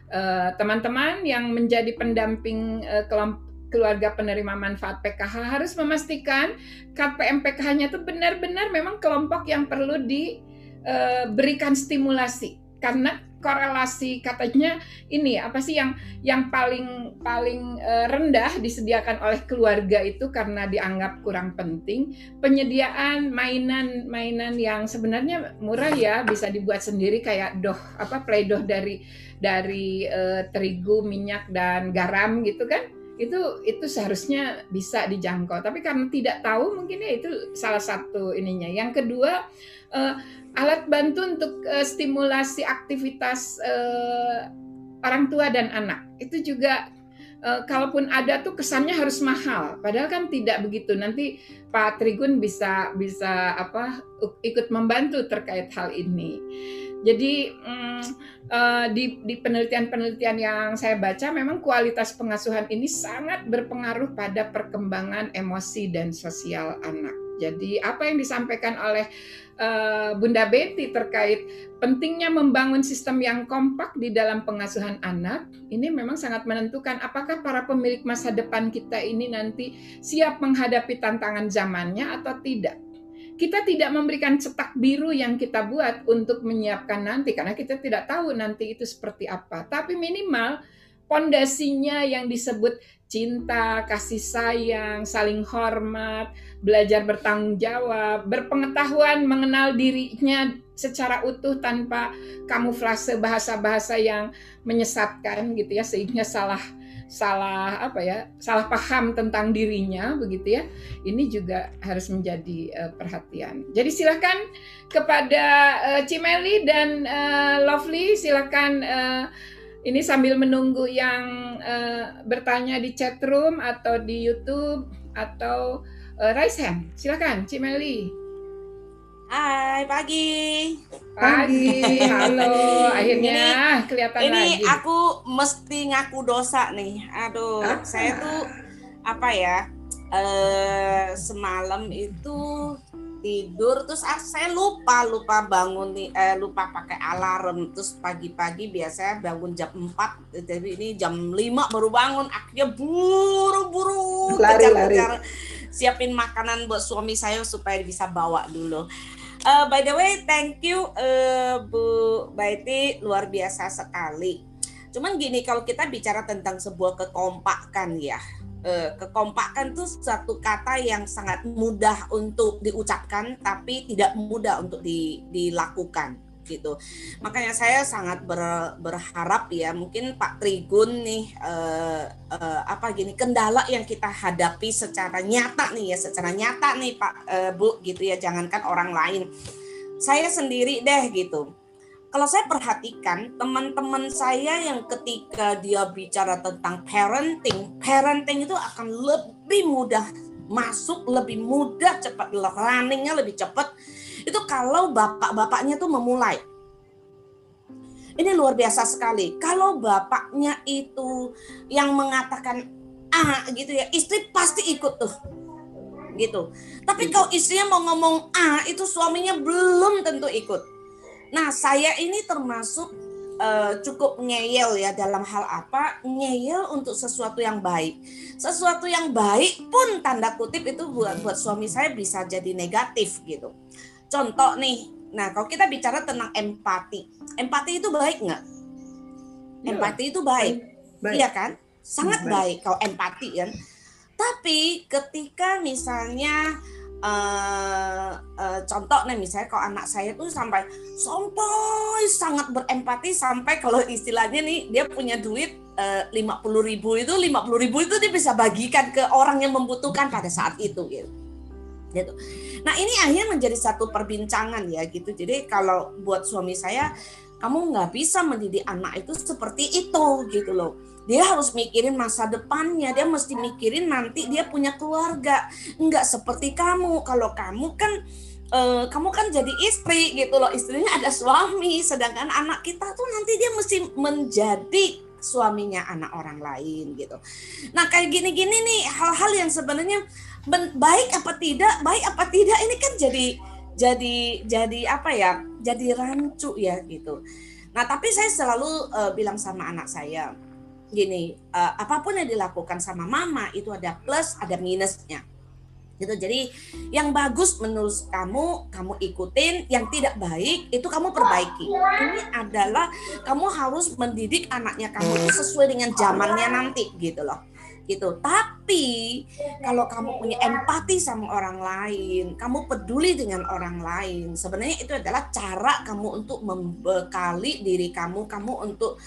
teman-teman yang menjadi pendamping keluarga penerima manfaat PKH harus memastikan KPM PKH-nya itu benar-benar memang kelompok yang perlu diberikan stimulasi, karena korelasi katanya ini apa sih yang paling rendah disediakan oleh keluarga itu karena dianggap kurang penting. Penyediaan mainan yang sebenarnya murah ya, bisa dibuat sendiri kayak play doh dari terigu, minyak dan garam gitu kan. Itu seharusnya bisa dijangkau, tapi karena tidak tahu mungkin ya itu salah satu ininya. Yang kedua, alat bantu untuk stimulasi aktivitas orang tua dan anak itu juga kalaupun ada tuh kesannya harus mahal, padahal kan tidak begitu. Nanti Pak Trigun bisa ikut membantu terkait hal ini. Jadi di penelitian-penelitian yang saya baca memang kualitas pengasuhan ini sangat berpengaruh pada perkembangan emosi dan sosial anak. Jadi apa yang disampaikan oleh Bunda Betty terkait pentingnya membangun sistem yang kompak di dalam pengasuhan anak, ini memang sangat menentukan apakah para pemilik masa depan kita ini nanti siap menghadapi tantangan zamannya atau tidak. Kita tidak memberikan cetak biru yang kita buat untuk menyiapkan nanti, karena kita tidak tahu nanti itu seperti apa. Tapi minimal pondasinya yang disebut cinta, kasih sayang, saling hormat, belajar bertanggung jawab, berpengetahuan mengenal dirinya secara utuh tanpa kamuflase bahasa-bahasa yang menyesatkan gitu ya, sehingga salah paham tentang dirinya begitu ya. Ini juga harus menjadi perhatian. Jadi silakan kepada Cimeli dan Lovely, silakan ini sambil menunggu yang bertanya di chat room atau di YouTube atau raise hand. Silakan Cimeli. Hai, pagi. Halo, akhirnya kelihatan ini lagi. Ini aku mesti ngaku dosa nih. Aduh, saya tuh semalam itu tidur terus saya lupa bangun nih, lupa pakai alarm. Terus pagi-pagi biasanya bangun jam 4, jadi ini jam 5 baru bangun. Akhirnya buru-buru kejar-kejar siapin makanan buat suami saya supaya bisa bawa dulu. By the way, thank you Bu Betty, luar biasa sekali. Cuman gini, kalau kita bicara tentang sebuah kekompakan ya, kekompakan itu satu kata yang sangat mudah untuk diucapkan tapi tidak mudah untuk dilakukan gitu. Makanya saya sangat berharap ya, mungkin Pak Trigun nih kendala yang kita hadapi secara nyata nih Pak Bu gitu ya, jangankan orang lain, saya sendiri deh gitu. Kalau saya perhatikan teman-teman saya yang ketika dia bicara tentang parenting itu akan lebih mudah masuk, lebih mudah cepat, runningnya lebih cepat. Itu kalau bapak-bapaknya tuh memulai. Ini luar biasa sekali. Kalau bapaknya itu yang mengatakan gitu ya, istri pasti ikut tuh. Gitu. Tapi kalau istrinya mau ngomong itu suaminya belum tentu ikut. Nah, saya ini termasuk cukup ngeyel ya, dalam hal apa? Ngeyel untuk sesuatu yang baik. Sesuatu yang baik pun tanda kutip itu buat suami saya bisa jadi negatif gitu. Contoh nih, nah kalau kita bicara tentang empati itu baik nggak? Empati itu baik. Iya kan? Sangat baik kalau empati kan. Tapi ketika misalnya contoh nih, misalnya kalau anak saya tuh sampai sangat berempati, sampai kalau istilahnya nih dia punya duit 50.000 itu dia bisa bagikan ke orang yang membutuhkan pada saat itu gitu. Nah ini akhirnya menjadi satu perbincangan ya gitu. Jadi kalau buat suami saya, kamu nggak bisa mendidik anak itu seperti itu gitu loh. Dia harus mikirin masa depannya, dia mesti mikirin nanti dia punya keluarga. Nggak seperti kamu. Kalau kamu kan jadi istri gitu loh, istrinya ada suami, sedangkan anak kita tuh nanti dia mesti menjadi suaminya anak orang lain gitu. Nah kayak gini-gini nih, hal-hal yang sebenarnya baik apa tidak ini kan jadi apa ya, jadi rancu ya gitu. Nah, tapi saya selalu bilang sama anak saya, gini, apapun yang dilakukan sama mama itu ada plus, ada minusnya. Gitu. Jadi yang bagus menurut kamu ikutin, yang tidak baik itu kamu perbaiki. Ini adalah kamu harus mendidik anaknya kamu itu sesuai dengan zamannya nanti gitu loh. Gitu. Tapi kalau kamu punya empati sama orang lain, kamu peduli dengan orang lain, sebenarnya itu adalah cara kamu untuk membekali diri kamu untuk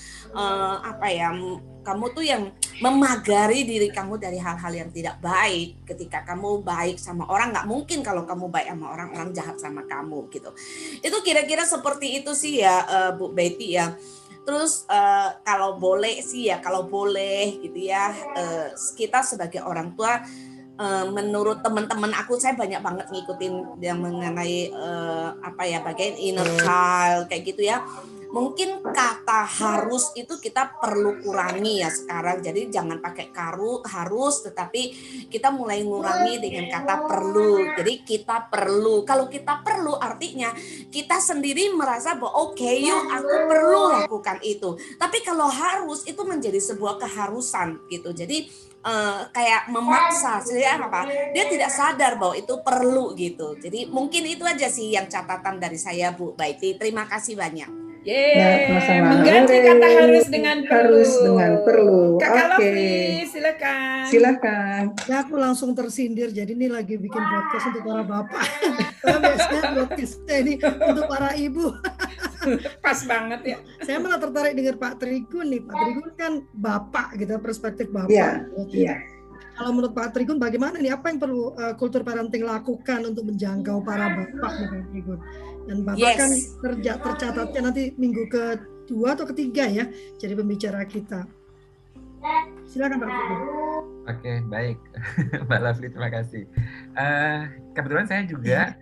kamu tuh yang memagari diri kamu dari hal-hal yang tidak baik. Ketika kamu baik sama orang, nggak mungkin kalau kamu baik sama orang jahat sama kamu gitu. Itu kira-kira seperti itu sih ya, Bu Betty ya. Terus kalau boleh gitu ya, kita sebagai orang tua, menurut teman-teman aku, saya banyak banget ngikutin yang mengenai bagian inner child kayak gitu ya. Mungkin kata harus itu kita perlu kurangi ya sekarang. Jadi jangan pakai harus, tetapi kita mulai ngurangi dengan kata perlu. Jadi kita perlu. Kalau kita perlu artinya kita sendiri merasa bahwa oke, yuk aku perlu lakukan itu. Tapi kalau harus itu menjadi sebuah keharusan gitu. Jadi kayak memaksa, dia tidak sadar bahwa itu perlu gitu. Jadi mungkin itu aja sih yang catatan dari saya, Bu Betty. Terima kasih banyak. Mengganti kata harus dengan perlu. Kakak Oke. Lovely, silakan. Ya, aku langsung tersindir. Jadi ini lagi bikin podcast untuk para bapak. Karena biasanya podcastnya ini untuk para ibu. Pas banget ya. Saya malah tertarik dengan Pak Trigun nih. Pak Trigun kan bapak gitu, perspektif bapak. Iya. Kalau menurut Pak Trigun bagaimana nih? Apa yang perlu kultur parenting lakukan untuk menjangkau para bapak nih Pak Trigun? Dan bapak kan tercatatnya nanti minggu kedua atau ketiga ya, jadi pembicara kita. Silakan Pak Trigun. Oke, baik. Mbak Lovely, terima kasih. Kebetulan saya juga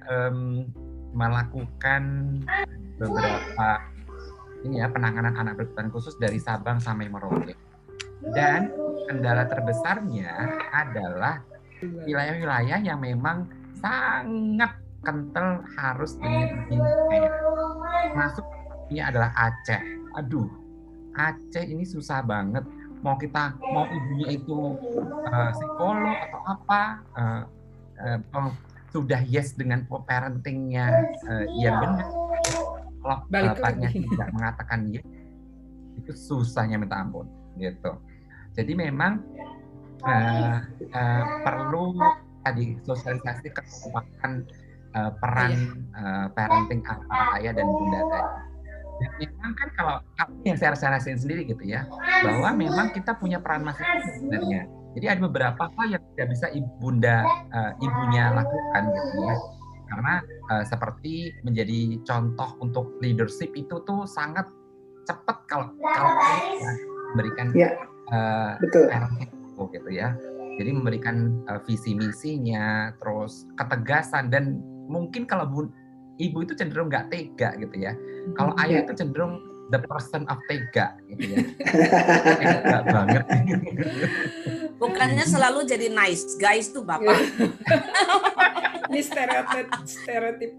melakukan beberapa penanganan anak berkebutuhan khusus dari Sabang sampai Merauke. Dan kendala terbesarnya adalah wilayah-wilayah yang memang sangat kental harus dengan izin. Masuk ini adalah Aceh. Aduh, Aceh ini susah banget. Mau ibunya itu psikolog atau apa, sudah yes dengan parentingnya yang benar. Kalau bapaknya tidak mengatakan yes, itu susahnya minta ampun gitu. Jadi memang perlu tadi sosialisasi kekompakan peran parenting antara ayah dan bunda tadi. Dan memang kan kalau yang saya rasain sendiri gitu ya, bahwa memang kita punya peran masing-masing sebenarnya. Jadi ada beberapa hal yang tidak bisa ibunya lakukan gitu ya. Karena seperti menjadi contoh untuk leadership itu tuh sangat cepat kalau kita memberikan parenting gitu ya. Jadi memberikan visi misinya, terus ketegasan, dan mungkin kalau ibu itu cenderung nggak tega gitu ya. Kalau ayah itu cenderung the person of tega gitu ya. Tega banget. Bukannya selalu jadi nice guys tuh Bapak. Ini stereotip.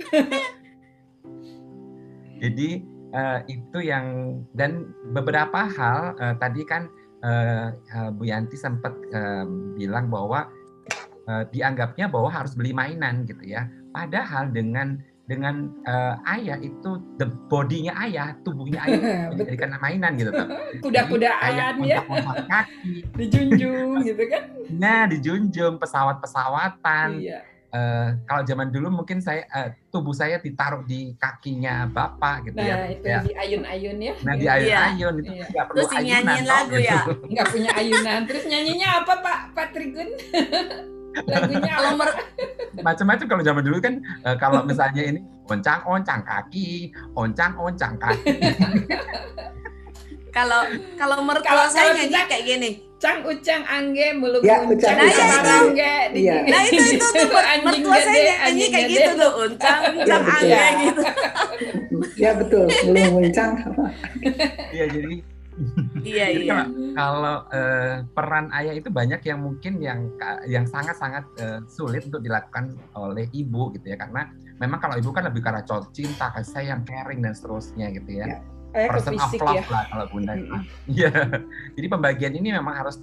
Jadi itu yang, dan beberapa hal tadi kan Bu Yanti sempat bilang bahwa dianggapnya bahwa harus beli mainan gitu ya. Padahal dengan ayah itu the body-nya ayah, tubuhnya ayah dijadikan mainan gitu tuh. Kuda-kudaan ya. Kaki, dijunjung gitu kan. Nah, dijunjung, pesawat-pesawatan. Iya. Kalau zaman dulu mungkin tubuh saya ditaruh di kakinya bapak gitu ya. Nah, itu ya. Diayun-ayun ya. Nah, diayun-ayun itu nggak perlu terus ayunan. nyanyiin lagu ya. Nggak punya ayunan. Terus nyanyinya apa Pak Trigun? Lagunya apa? Macam-macam kalau zaman dulu kan, kalau misalnya ini oncang-oncang kaki. Kalau mertua saya nyanyi kayak gini. Cang ucang angge mulung Ya, uncang angge. Nah itu mertua saya nyanyi kayak gitu tuh, uncang angge gitu. Ya betul, mulung uncang. Iya, jadi kalau peran ayah itu banyak yang mungkin yang sangat-sangat sulit untuk dilakukan oleh ibu gitu ya, karena memang kalau ibu kan lebih karena cinta, kasih sayang, caring dan seterusnya gitu ya. person of fisik love ya. lah kalau Bunda. Iya. Jadi pembagian ini memang harus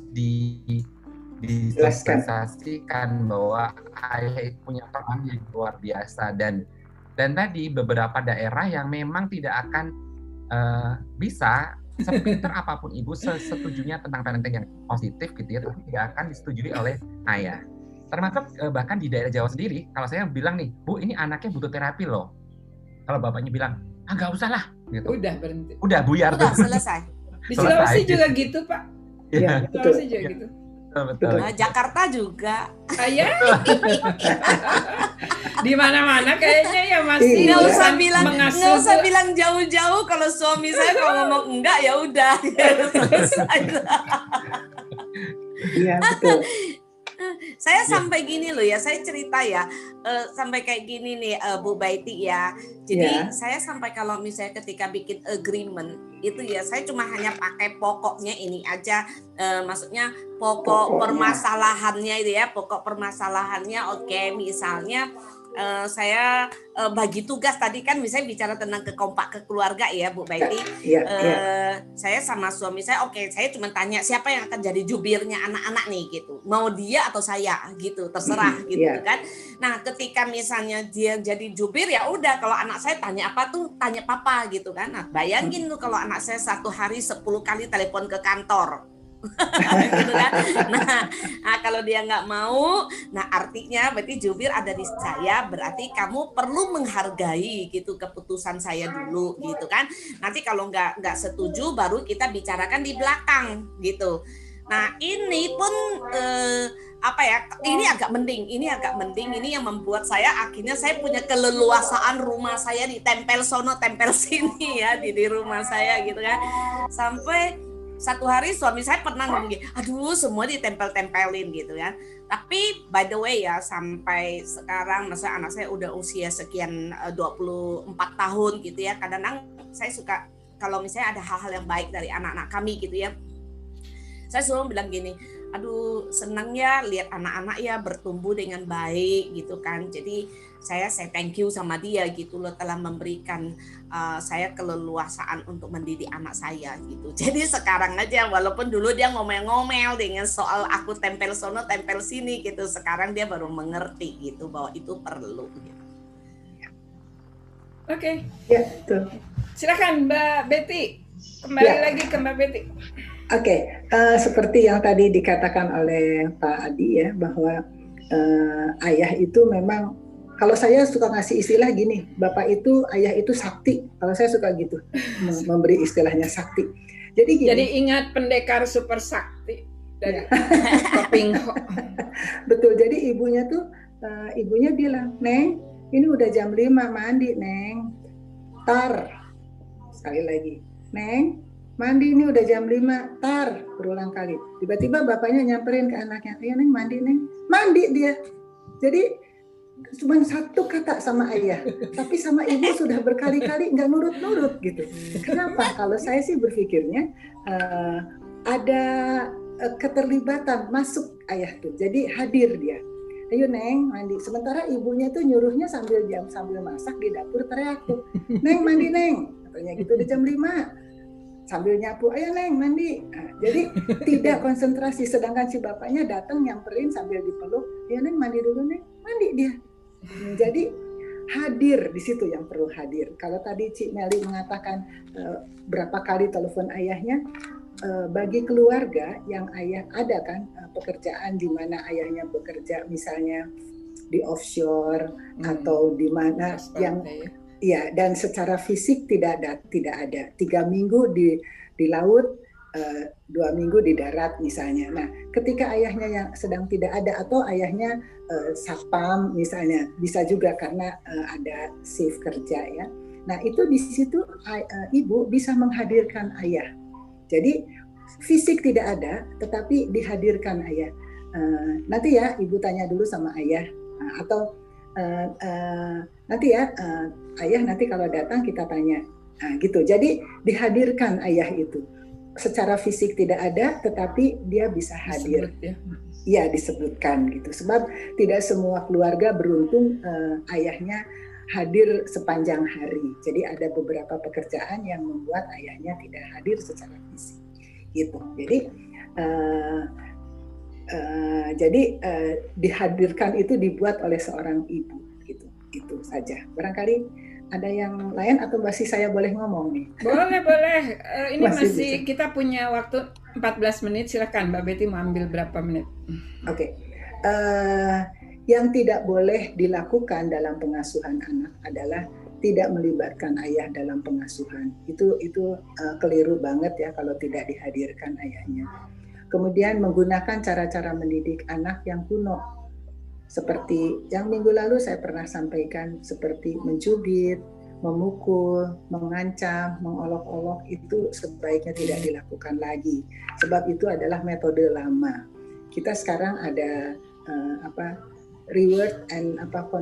disosialisasikan bahwa ayah itu punya peran yang luar biasa, dan tadi beberapa daerah yang memang tidak akan bisa sepintar apapun ibu setujunya tentang parenting yang positif gitu ya, tapi tidak akan disetujui oleh ayah. Termasuk bahkan di daerah Jawa sendiri, kalau saya bilang nih, Bu, ini anaknya butuh terapi loh. Kalau bapaknya bilang, nggak usah lah, gitu. Udah berhenti. Udah buyar Udah tuh. selesai. Di Sulawesi juga gitu, Pak. Iya, Di Sulawesi juga gitu. Betul. Nah, Jakarta juga. Ya. Di mana-mana kayaknya ya masih Nggak usah bukan bilang, mengasuh. nggak usah bilang jauh-jauh. Kalau suami saya kalau ngomong enggak ya udah. Iya, betul. Saya sampai gini loh ya, saya cerita ya, sampai kayak gini nih Bu Baiti ya. Jadi saya sampai kalau misalnya ketika bikin agreement itu ya, saya cuma hanya pakai pokoknya ini aja, maksudnya pokok permasalahannya itu ya, pokok permasalahannya. Oke, misalnya saya bagi tugas tadi kan misalnya bicara tentang kekompak keluarga ya Bu Baiti. Saya sama suami saya, oke, saya cuma tanya siapa yang akan jadi jubirnya anak-anak nih gitu, mau dia atau saya gitu, terserah gitu kan. Nah ketika misalnya dia jadi jubir ya udah, kalau anak saya tanya apa tuh tanya papa gitu kan. Nah bayangin tuh kalau anak saya satu hari 10 kali telepon ke kantor. Gitu kan. Nah kalau dia nggak mau, nah artinya berarti jubir ada di saya, berarti kamu perlu menghargai gitu keputusan saya dulu gitu kan. Nanti kalau nggak setuju baru kita bicarakan di belakang gitu. Nah ini pun ini agak mending, ini yang membuat saya akhirnya saya punya keleluasaan rumah saya ditempel sono tempel sini ya di rumah saya gitu kan. Sampai satu hari suami saya pernah ngomong gini, aduh semua ditempel-tempelin gitu kan. Tapi by the way ya, sampai sekarang masa anak saya udah usia sekian 24 tahun gitu ya, kadang-kadang saya suka kalau misalnya ada hal-hal yang baik dari anak-anak kami gitu ya, saya selalu bilang gini, aduh senang ya lihat anak-anak ya bertumbuh dengan baik gitu kan. Jadi saya thank you sama dia gitu loh, telah memberikan saya keleluasaan untuk mendidik anak saya gitu. Jadi sekarang aja walaupun dulu dia ngomel-ngomel dengan soal aku tempel sono tempel sini gitu, sekarang dia baru mengerti gitu bahwa itu perlu gitu. Oke. Ya, betul. Silakan Mbak Betty. Kembali lagi ke Mbak Betty. Oke, seperti yang tadi dikatakan oleh Pak Adi ya, bahwa ayah itu memang, kalau saya suka ngasih istilah gini, ayah itu sakti. Kalau saya suka gitu, memberi istilahnya sakti. Jadi gini. Jadi ingat pendekar super sakti dari Kopingho. Betul. Jadi ibunya bilang, Neng, ini udah jam 5 mandi, Neng. Tar. Sekali lagi, Neng, mandi ini udah jam 5, tar, berulang kali. Tiba-tiba bapaknya nyamperin ke anaknya, ayo Neng mandi Neng, mandi dia. Jadi cuma satu kata sama ayah, tapi sama ibu sudah berkali-kali nggak nurut-nurut gitu. Kenapa? Kalau saya sih berpikirnya ada keterlibatan masuk ayah tuh, jadi hadir dia. Ayo Neng mandi. Sementara ibunya tuh nyuruhnya sambil masak di dapur, teriak tuh, Neng mandi Neng, katanya gitu udah jam 5. Sambil nyapu, ayo Neng mandi. Nah, jadi tidak konsentrasi, sedangkan si bapaknya datang nyamperin sambil dipeluk, ayo Neng mandi dulu Neng, mandi dia. Jadi hadir di situ yang perlu hadir. Kalau tadi Cik Meli mengatakan berapa kali telepon ayahnya, bagi keluarga yang ayah ada kan pekerjaan di mana ayahnya bekerja misalnya di offshore atau di mana yang ya, dan secara fisik tidak ada 3 minggu di laut, 2 minggu di darat misalnya. Nah, ketika ayahnya yang sedang tidak ada atau ayahnya satpam misalnya, bisa juga karena ada shift kerja ya. Nah, itu di situ ibu bisa menghadirkan ayah. Jadi fisik tidak ada, tetapi dihadirkan ayah. Nanti ya ibu tanya dulu sama ayah, atau nanti ya ayah nanti kalau datang kita tanya, nah, gitu. Jadi dihadirkan ayah itu. Secara fisik tidak ada, tetapi dia bisa hadir. Iya, disebutkan gitu. Sebab tidak semua keluarga beruntung ayahnya hadir sepanjang hari. Jadi ada beberapa pekerjaan yang membuat ayahnya tidak hadir secara fisik. Gitu. Jadi dihadirkan itu dibuat oleh seorang ibu. Gitu. Itu saja. Barangkali ada yang lain atau masih saya boleh ngomong nih? Boleh. Ini masih bisa. kita punya waktu 14 menit. Silakan Mbak Betty mau ambil berapa menit? Oke. Yang tidak boleh dilakukan dalam pengasuhan anak adalah tidak melibatkan ayah dalam pengasuhan. Itu keliru banget ya kalau tidak dihadirkan ayahnya. Kemudian menggunakan cara-cara mendidik anak yang kuno. Seperti yang minggu lalu saya pernah sampaikan, seperti mencubit, memukul, mengancam, mengolok-olok, itu sebaiknya tidak dilakukan lagi. Sebab itu adalah metode lama. Kita sekarang ada reward and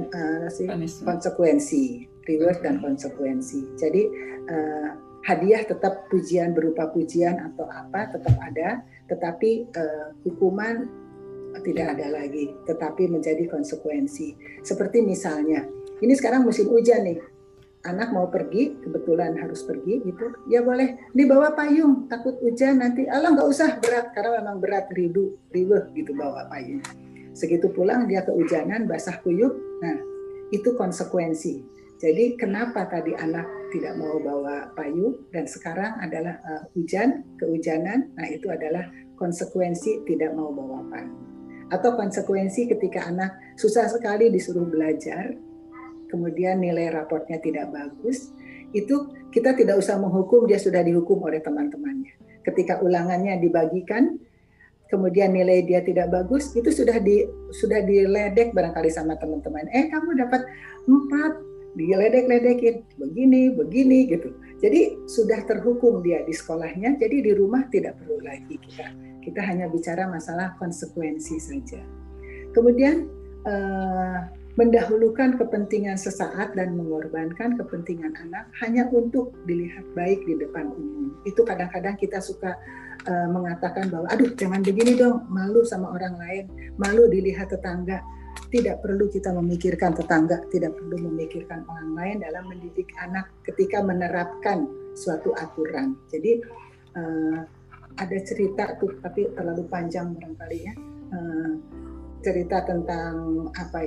konsekuensi, reward dan konsekuensi. Jadi hadiah tetap pujian berupa pujian atau apa tetap ada, tetapi hukuman tidak ada lagi, tetapi menjadi konsekuensi. Seperti misalnya, ini sekarang musim hujan nih, anak mau pergi, kebetulan harus pergi gitu, ya boleh dibawa payung, takut hujan nanti, alah nggak usah berat, karena memang berat riweuh gitu bawa payung. Segitu pulang dia kehujanan, basah kuyup, nah itu konsekuensi. Jadi kenapa tadi anak tidak mau bawa payung dan sekarang adalah kehujanan, nah itu adalah konsekuensi tidak mau bawa payung. Atau konsekuensi ketika anak susah sekali disuruh belajar, kemudian nilai raportnya tidak bagus, itu kita tidak usah menghukum, dia sudah dihukum oleh teman-temannya. Ketika ulangannya dibagikan, kemudian nilai dia tidak bagus, itu sudah diledek barangkali sama teman-teman. Kamu dapat 4, diledek-ledekin, begini gitu. Jadi sudah terhukum dia di sekolahnya, jadi di rumah tidak perlu lagi kita hanya bicara masalah konsekuensi saja. Kemudian mendahulukan kepentingan sesaat dan mengorbankan kepentingan anak hanya untuk dilihat baik di depan umum. Itu kadang-kadang kita suka mengatakan bahwa aduh jangan begini dong, malu sama orang lain, malu dilihat tetangga. Tidak perlu kita memikirkan tetangga, tidak perlu memikirkan orang lain dalam mendidik anak ketika menerapkan suatu aturan. Jadi ada cerita tuh, tapi terlalu panjang barangkali ya. Cerita tentang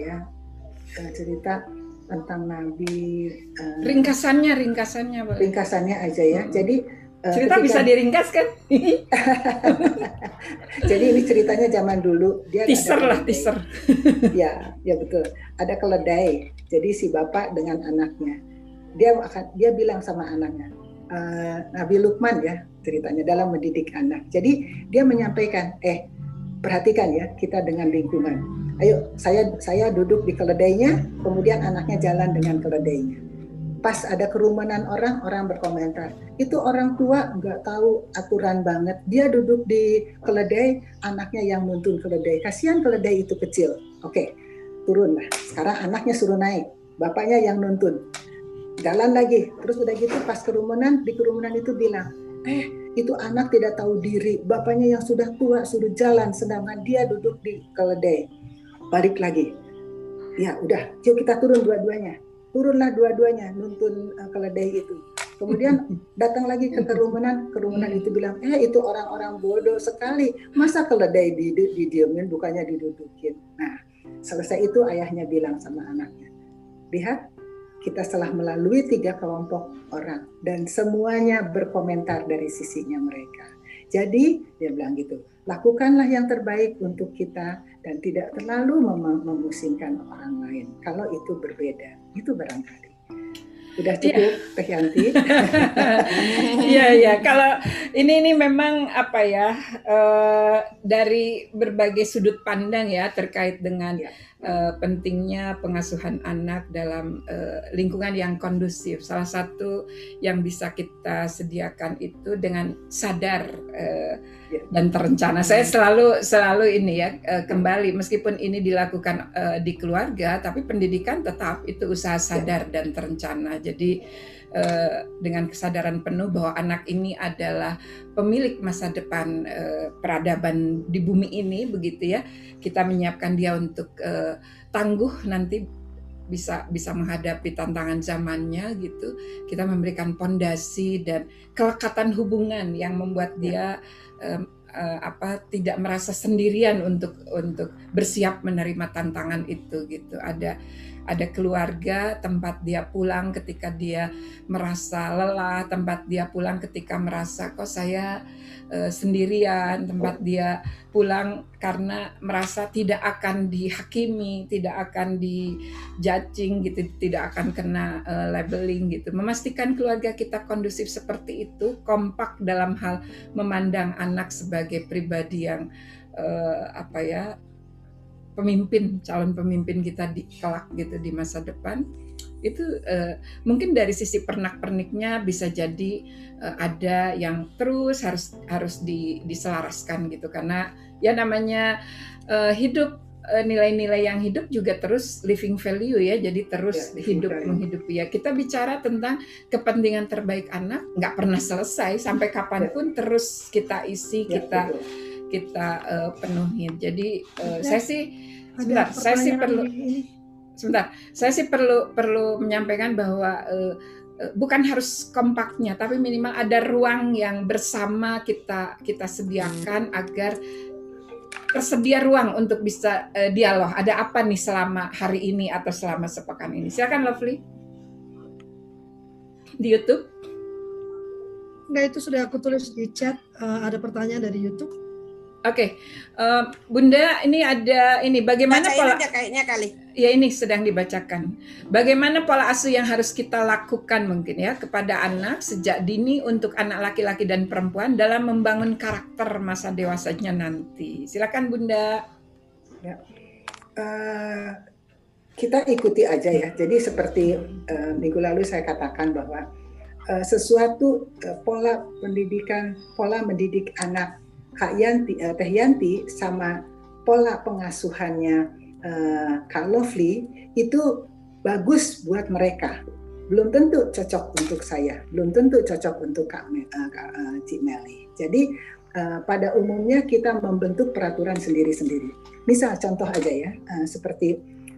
cerita tentang Nabi. Ringkasannya boleh. Ringkasannya aja ya. Jadi cerita bisa diringkas kan? Jadi ini ceritanya zaman dulu. Dia teaser. Ya betul. Ada keledai. Jadi si bapak dengan anaknya, dia bilang sama anaknya, Nabi Lukman ya ceritanya dalam mendidik anak. Jadi dia menyampaikan, perhatikan ya kita dengan lingkungan. Ayo saya duduk di keledainya, kemudian anaknya jalan dengan keledainya. Pas ada kerumunan orang berkomentar, itu orang tua nggak tahu aturan banget. Dia duduk di keledai, anaknya yang nuntun keledai. Kasihan keledai itu kecil. Oke, turun lah. Sekarang anaknya suruh naik, bapaknya yang nuntun. Jalan lagi, terus udah gitu pas di kerumunan itu bilang, itu anak tidak tahu diri, bapaknya yang sudah tua suruh jalan, sedangkan dia duduk di keledai. Balik lagi, ya udah, yuk kita turun dua-duanya. Turunlah dua-duanya nuntun keledai itu. Kemudian datang lagi ke kerumunan itu bilang, itu orang-orang bodoh sekali, masa keledai didiemin bukannya didudukin. Nah, selesai itu ayahnya bilang sama anaknya, lihat, kita telah melalui 3 kelompok orang dan semuanya berkomentar dari sisinya mereka. Jadi dia bilang gitu, lakukanlah yang terbaik untuk kita dan tidak terlalu memusingkan orang lain. Kalau itu berbeda, itu barangkali. Udah cukup, Teh Yanti. Iya. Kalau ini memang dari berbagai sudut pandang ya terkait dengan pentingnya pengasuhan anak dalam lingkungan yang kondusif. Salah satu yang bisa kita sediakan itu dengan sadar dan terencana. Saya selalu ini ya kembali meskipun ini dilakukan di keluarga, tapi pendidikan tetap itu usaha sadar dan terencana. Jadi dengan kesadaran penuh bahwa anak ini adalah pemilik masa depan peradaban di bumi ini, begitu ya. Kita menyiapkan dia untuk tangguh nanti bisa menghadapi tantangan zamannya gitu. Kita memberikan pondasi dan kelekatan hubungan yang membuat dia tidak merasa sendirian untuk bersiap menerima tantangan itu gitu. Ada keluarga, tempat dia pulang ketika dia merasa lelah, tempat dia pulang ketika merasa kok saya sendirian, tempat dia pulang karena merasa tidak akan dihakimi, tidak akan di-judging gitu, tidak akan kena labeling gitu. Memastikan keluarga kita kondusif seperti itu, kompak dalam hal memandang anak sebagai pribadi yang calon pemimpin kita di kelak gitu di masa depan. Itu mungkin dari sisi pernak-perniknya bisa jadi ada yang terus harus diselaraskan gitu, karena ya namanya hidup, nilai-nilai yang hidup juga terus living value ya, jadi terus menghidupi ya. Kita bicara tentang kepentingan terbaik anak nggak pernah selesai, sampai kapanpun terus kita isi, kita penuhin. Jadi saya sih perlu menyampaikan bahwa bukan harus kompaknya, tapi minimal ada ruang yang bersama kita sediakan agar tersedia ruang untuk bisa dialog. Ada apa nih selama hari ini atau selama sepekan ini? Silakan Lovely. Di YouTube. Enggak, itu sudah aku tulis di chat. Ada pertanyaan dari YouTube. Oke, Bunda, ini ada bagaimana pola kayaknya kali. Ya, ini sedang dibacakan. Bagaimana pola asuh yang harus kita lakukan mungkin ya kepada anak sejak dini untuk anak laki-laki dan perempuan dalam membangun karakter masa dewasanya nanti. Silakan Bunda. Ya. Kita ikuti aja ya. Jadi seperti minggu lalu saya katakan bahwa sesuatu pola mendidik anak Teh Yanti sama pola pengasuhannya Kak Lovely itu bagus buat mereka. Belum tentu cocok untuk saya, belum tentu cocok untuk Cik Melly. Jadi pada umumnya kita membentuk peraturan sendiri-sendiri. Misal contoh aja ya, seperti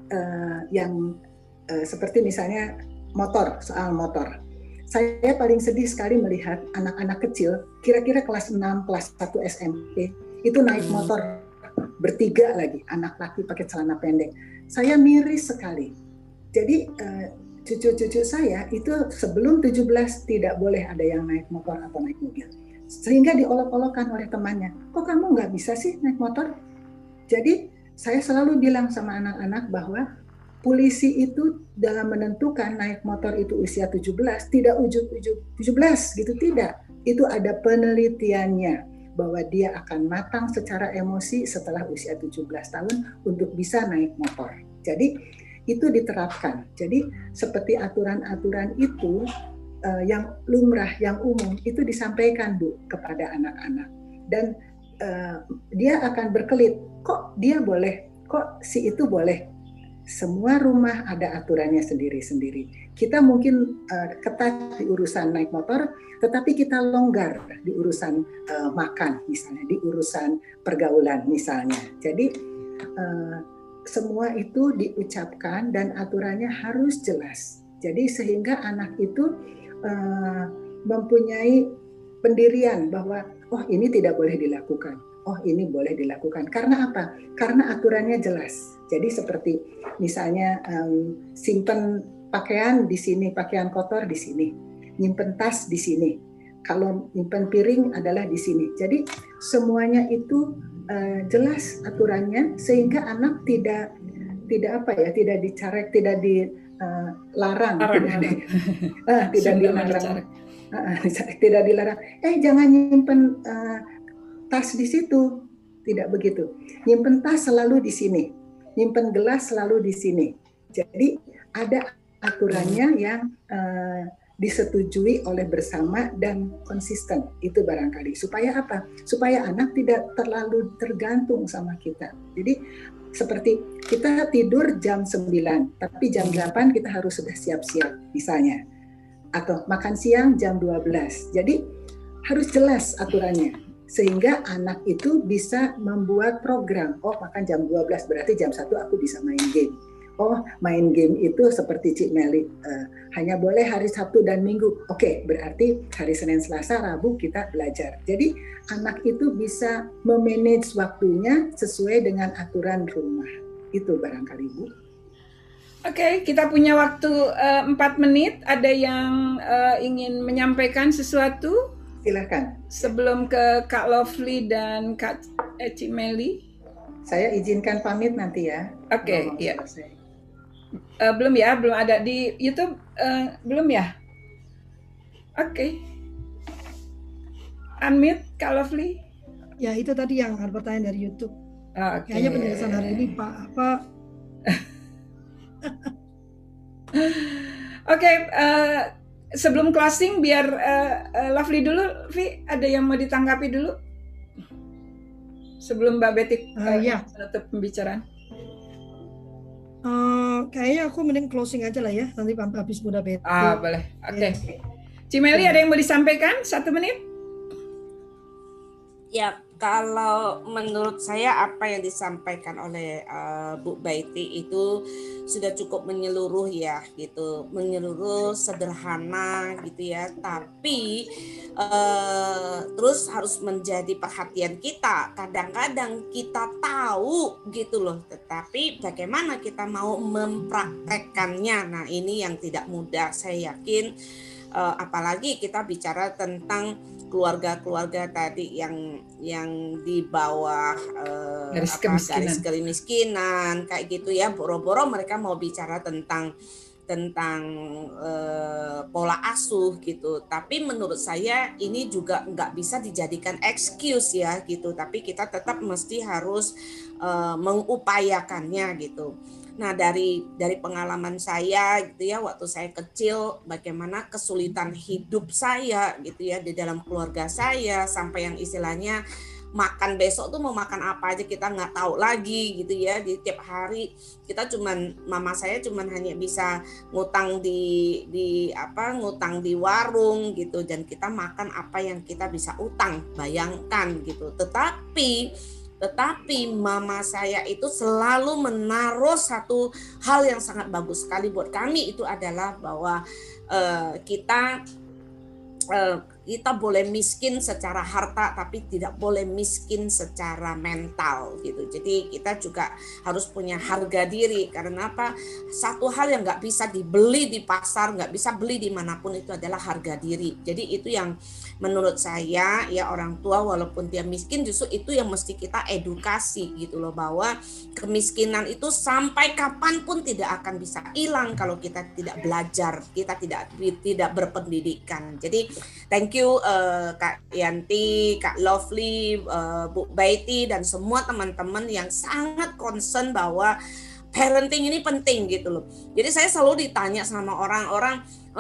seperti misalnya soal motor. Saya paling sedih sekali melihat anak-anak kecil, kira-kira kelas 6, kelas 1 SMP, itu naik motor bertiga lagi, anak laki pakai celana pendek. Saya miris sekali. Jadi cucu-cucu saya itu sebelum 17 tidak boleh ada yang naik motor atau naik mobil. Sehingga diolok-olokkan oleh temannya, kok kamu nggak bisa sih naik motor? Jadi saya selalu bilang sama anak-anak bahwa polisi itu dalam menentukan naik motor itu usia 17, tidak ujug-ujug 17 gitu, tidak. Itu ada penelitiannya bahwa dia akan matang secara emosi setelah usia 17 tahun untuk bisa naik motor. Jadi itu diterapkan. Jadi seperti aturan-aturan itu yang lumrah, yang umum itu disampaikan Bu kepada anak-anak. Dan dia akan berkelit, kok dia boleh, kok si itu boleh. Semua rumah ada aturannya sendiri-sendiri. Kita mungkin ketat di urusan naik motor, tetapi kita longgar di urusan makan misalnya, di urusan pergaulan misalnya. Jadi semua itu diucapkan dan aturannya harus jelas. Jadi sehingga anak itu mempunyai pendirian bahwa oh ini tidak boleh dilakukan. Oh ini boleh dilakukan. Karena apa? Karena aturannya jelas. Jadi seperti misalnya simpen pakaian di sini, pakaian kotor di sini, nyimpen tas di sini. Kalau nyimpen piring adalah di sini. Jadi semuanya itu jelas aturannya sehingga anak tidak dicarek, tidak dilarang, tidak dilarang. Jangan nyimpen tas di situ, tidak begitu. Nyimpen tas selalu di sini, nyimpen gelas selalu di sini. Jadi ada aturannya yang disetujui oleh bersama dan konsisten. Itu barangkali. Supaya apa? Supaya anak tidak terlalu tergantung sama kita. Jadi seperti kita tidur jam 9, tapi jam 8 kita harus sudah siap-siap misalnya. Atau makan siang jam 12. Jadi harus jelas aturannya. Sehingga anak itu bisa membuat program. Oh, makan jam 12 berarti jam 1 aku bisa main game. oh main game itu seperti Cik Meli, hanya boleh hari Sabtu dan Minggu. Oke, berarti hari Senin, Selasa, Rabu kita belajar. Jadi anak itu bisa memanage waktunya sesuai dengan aturan rumah. Itu barangkali Bu. Oke, kita punya waktu 4 menit. Ada yang ingin menyampaikan sesuatu? Silakan. Sebelum ke Kak Lovely dan Kak Cik Meli. Saya izinkan pamit nanti ya. Oke, iya. Belum ya, belum ada di YouTube, belum ya? Oke. Unmute Kak Lovely. Ya itu tadi yang ada pertanyaan dari YouTube. Oke. Kayaknya penjelasan hari ini Pak. Oke, sebelum closing biar Lovely dulu, Vi, ada yang mau ditanggapi dulu? Sebelum Mbak Betty ya. menutup pembicaraan. Kayaknya aku mending closing aja lah ya, nanti habis Bunda Betty. Boleh. Oke. Cimeli ada yang mau disampaikan? 1 menit? Ya, kalau menurut saya apa yang disampaikan oleh Bu Betty itu sudah cukup menyeluruh ya gitu, menyeluruh, sederhana gitu ya, tapi terus harus menjadi perhatian kita. Kadang-kadang kita tahu gitu loh, tetapi bagaimana kita mau mempraktekkannya, nah ini yang tidak mudah. Saya yakin apalagi kita bicara tentang keluarga-keluarga tadi yang di bawah garis kemiskinan kayak gitu ya, boro-boro mereka mau bicara tentang pola asuh gitu. Tapi menurut saya ini juga nggak bisa dijadikan excuse ya gitu, tapi kita tetap mesti harus mengupayakannya gitu. Nah dari pengalaman saya gitu ya, waktu saya kecil bagaimana kesulitan hidup saya gitu ya di dalam keluarga saya, sampai yang istilahnya makan besok tuh mau makan apa aja kita nggak tahu lagi gitu ya. Di tiap hari kita mama saya hanya bisa ngutang ngutang di warung gitu, dan kita makan apa yang kita bisa utang, bayangkan gitu. Tetapi mama saya itu selalu menaruh satu hal yang sangat bagus sekali buat kami, itu adalah bahwa kita boleh miskin secara harta tapi tidak boleh miskin secara mental gitu. Jadi kita juga harus punya harga diri, karena apa? Satu hal yang nggak bisa dibeli di pasar, nggak bisa beli dimanapun, itu adalah harga diri. Jadi itu yang menurut saya ya, orang tua walaupun dia miskin, justru itu yang mesti kita edukasi gitu loh, bahwa kemiskinan itu sampai kapanpun tidak akan bisa hilang kalau kita tidak belajar, kita tidak berpendidikan. Jadi thank you Kak Yanti, Kak Lovely, Bu Betty, dan semua teman-teman yang sangat concern bahwa parenting ini penting gitu loh. Jadi saya selalu ditanya sama orang-orang,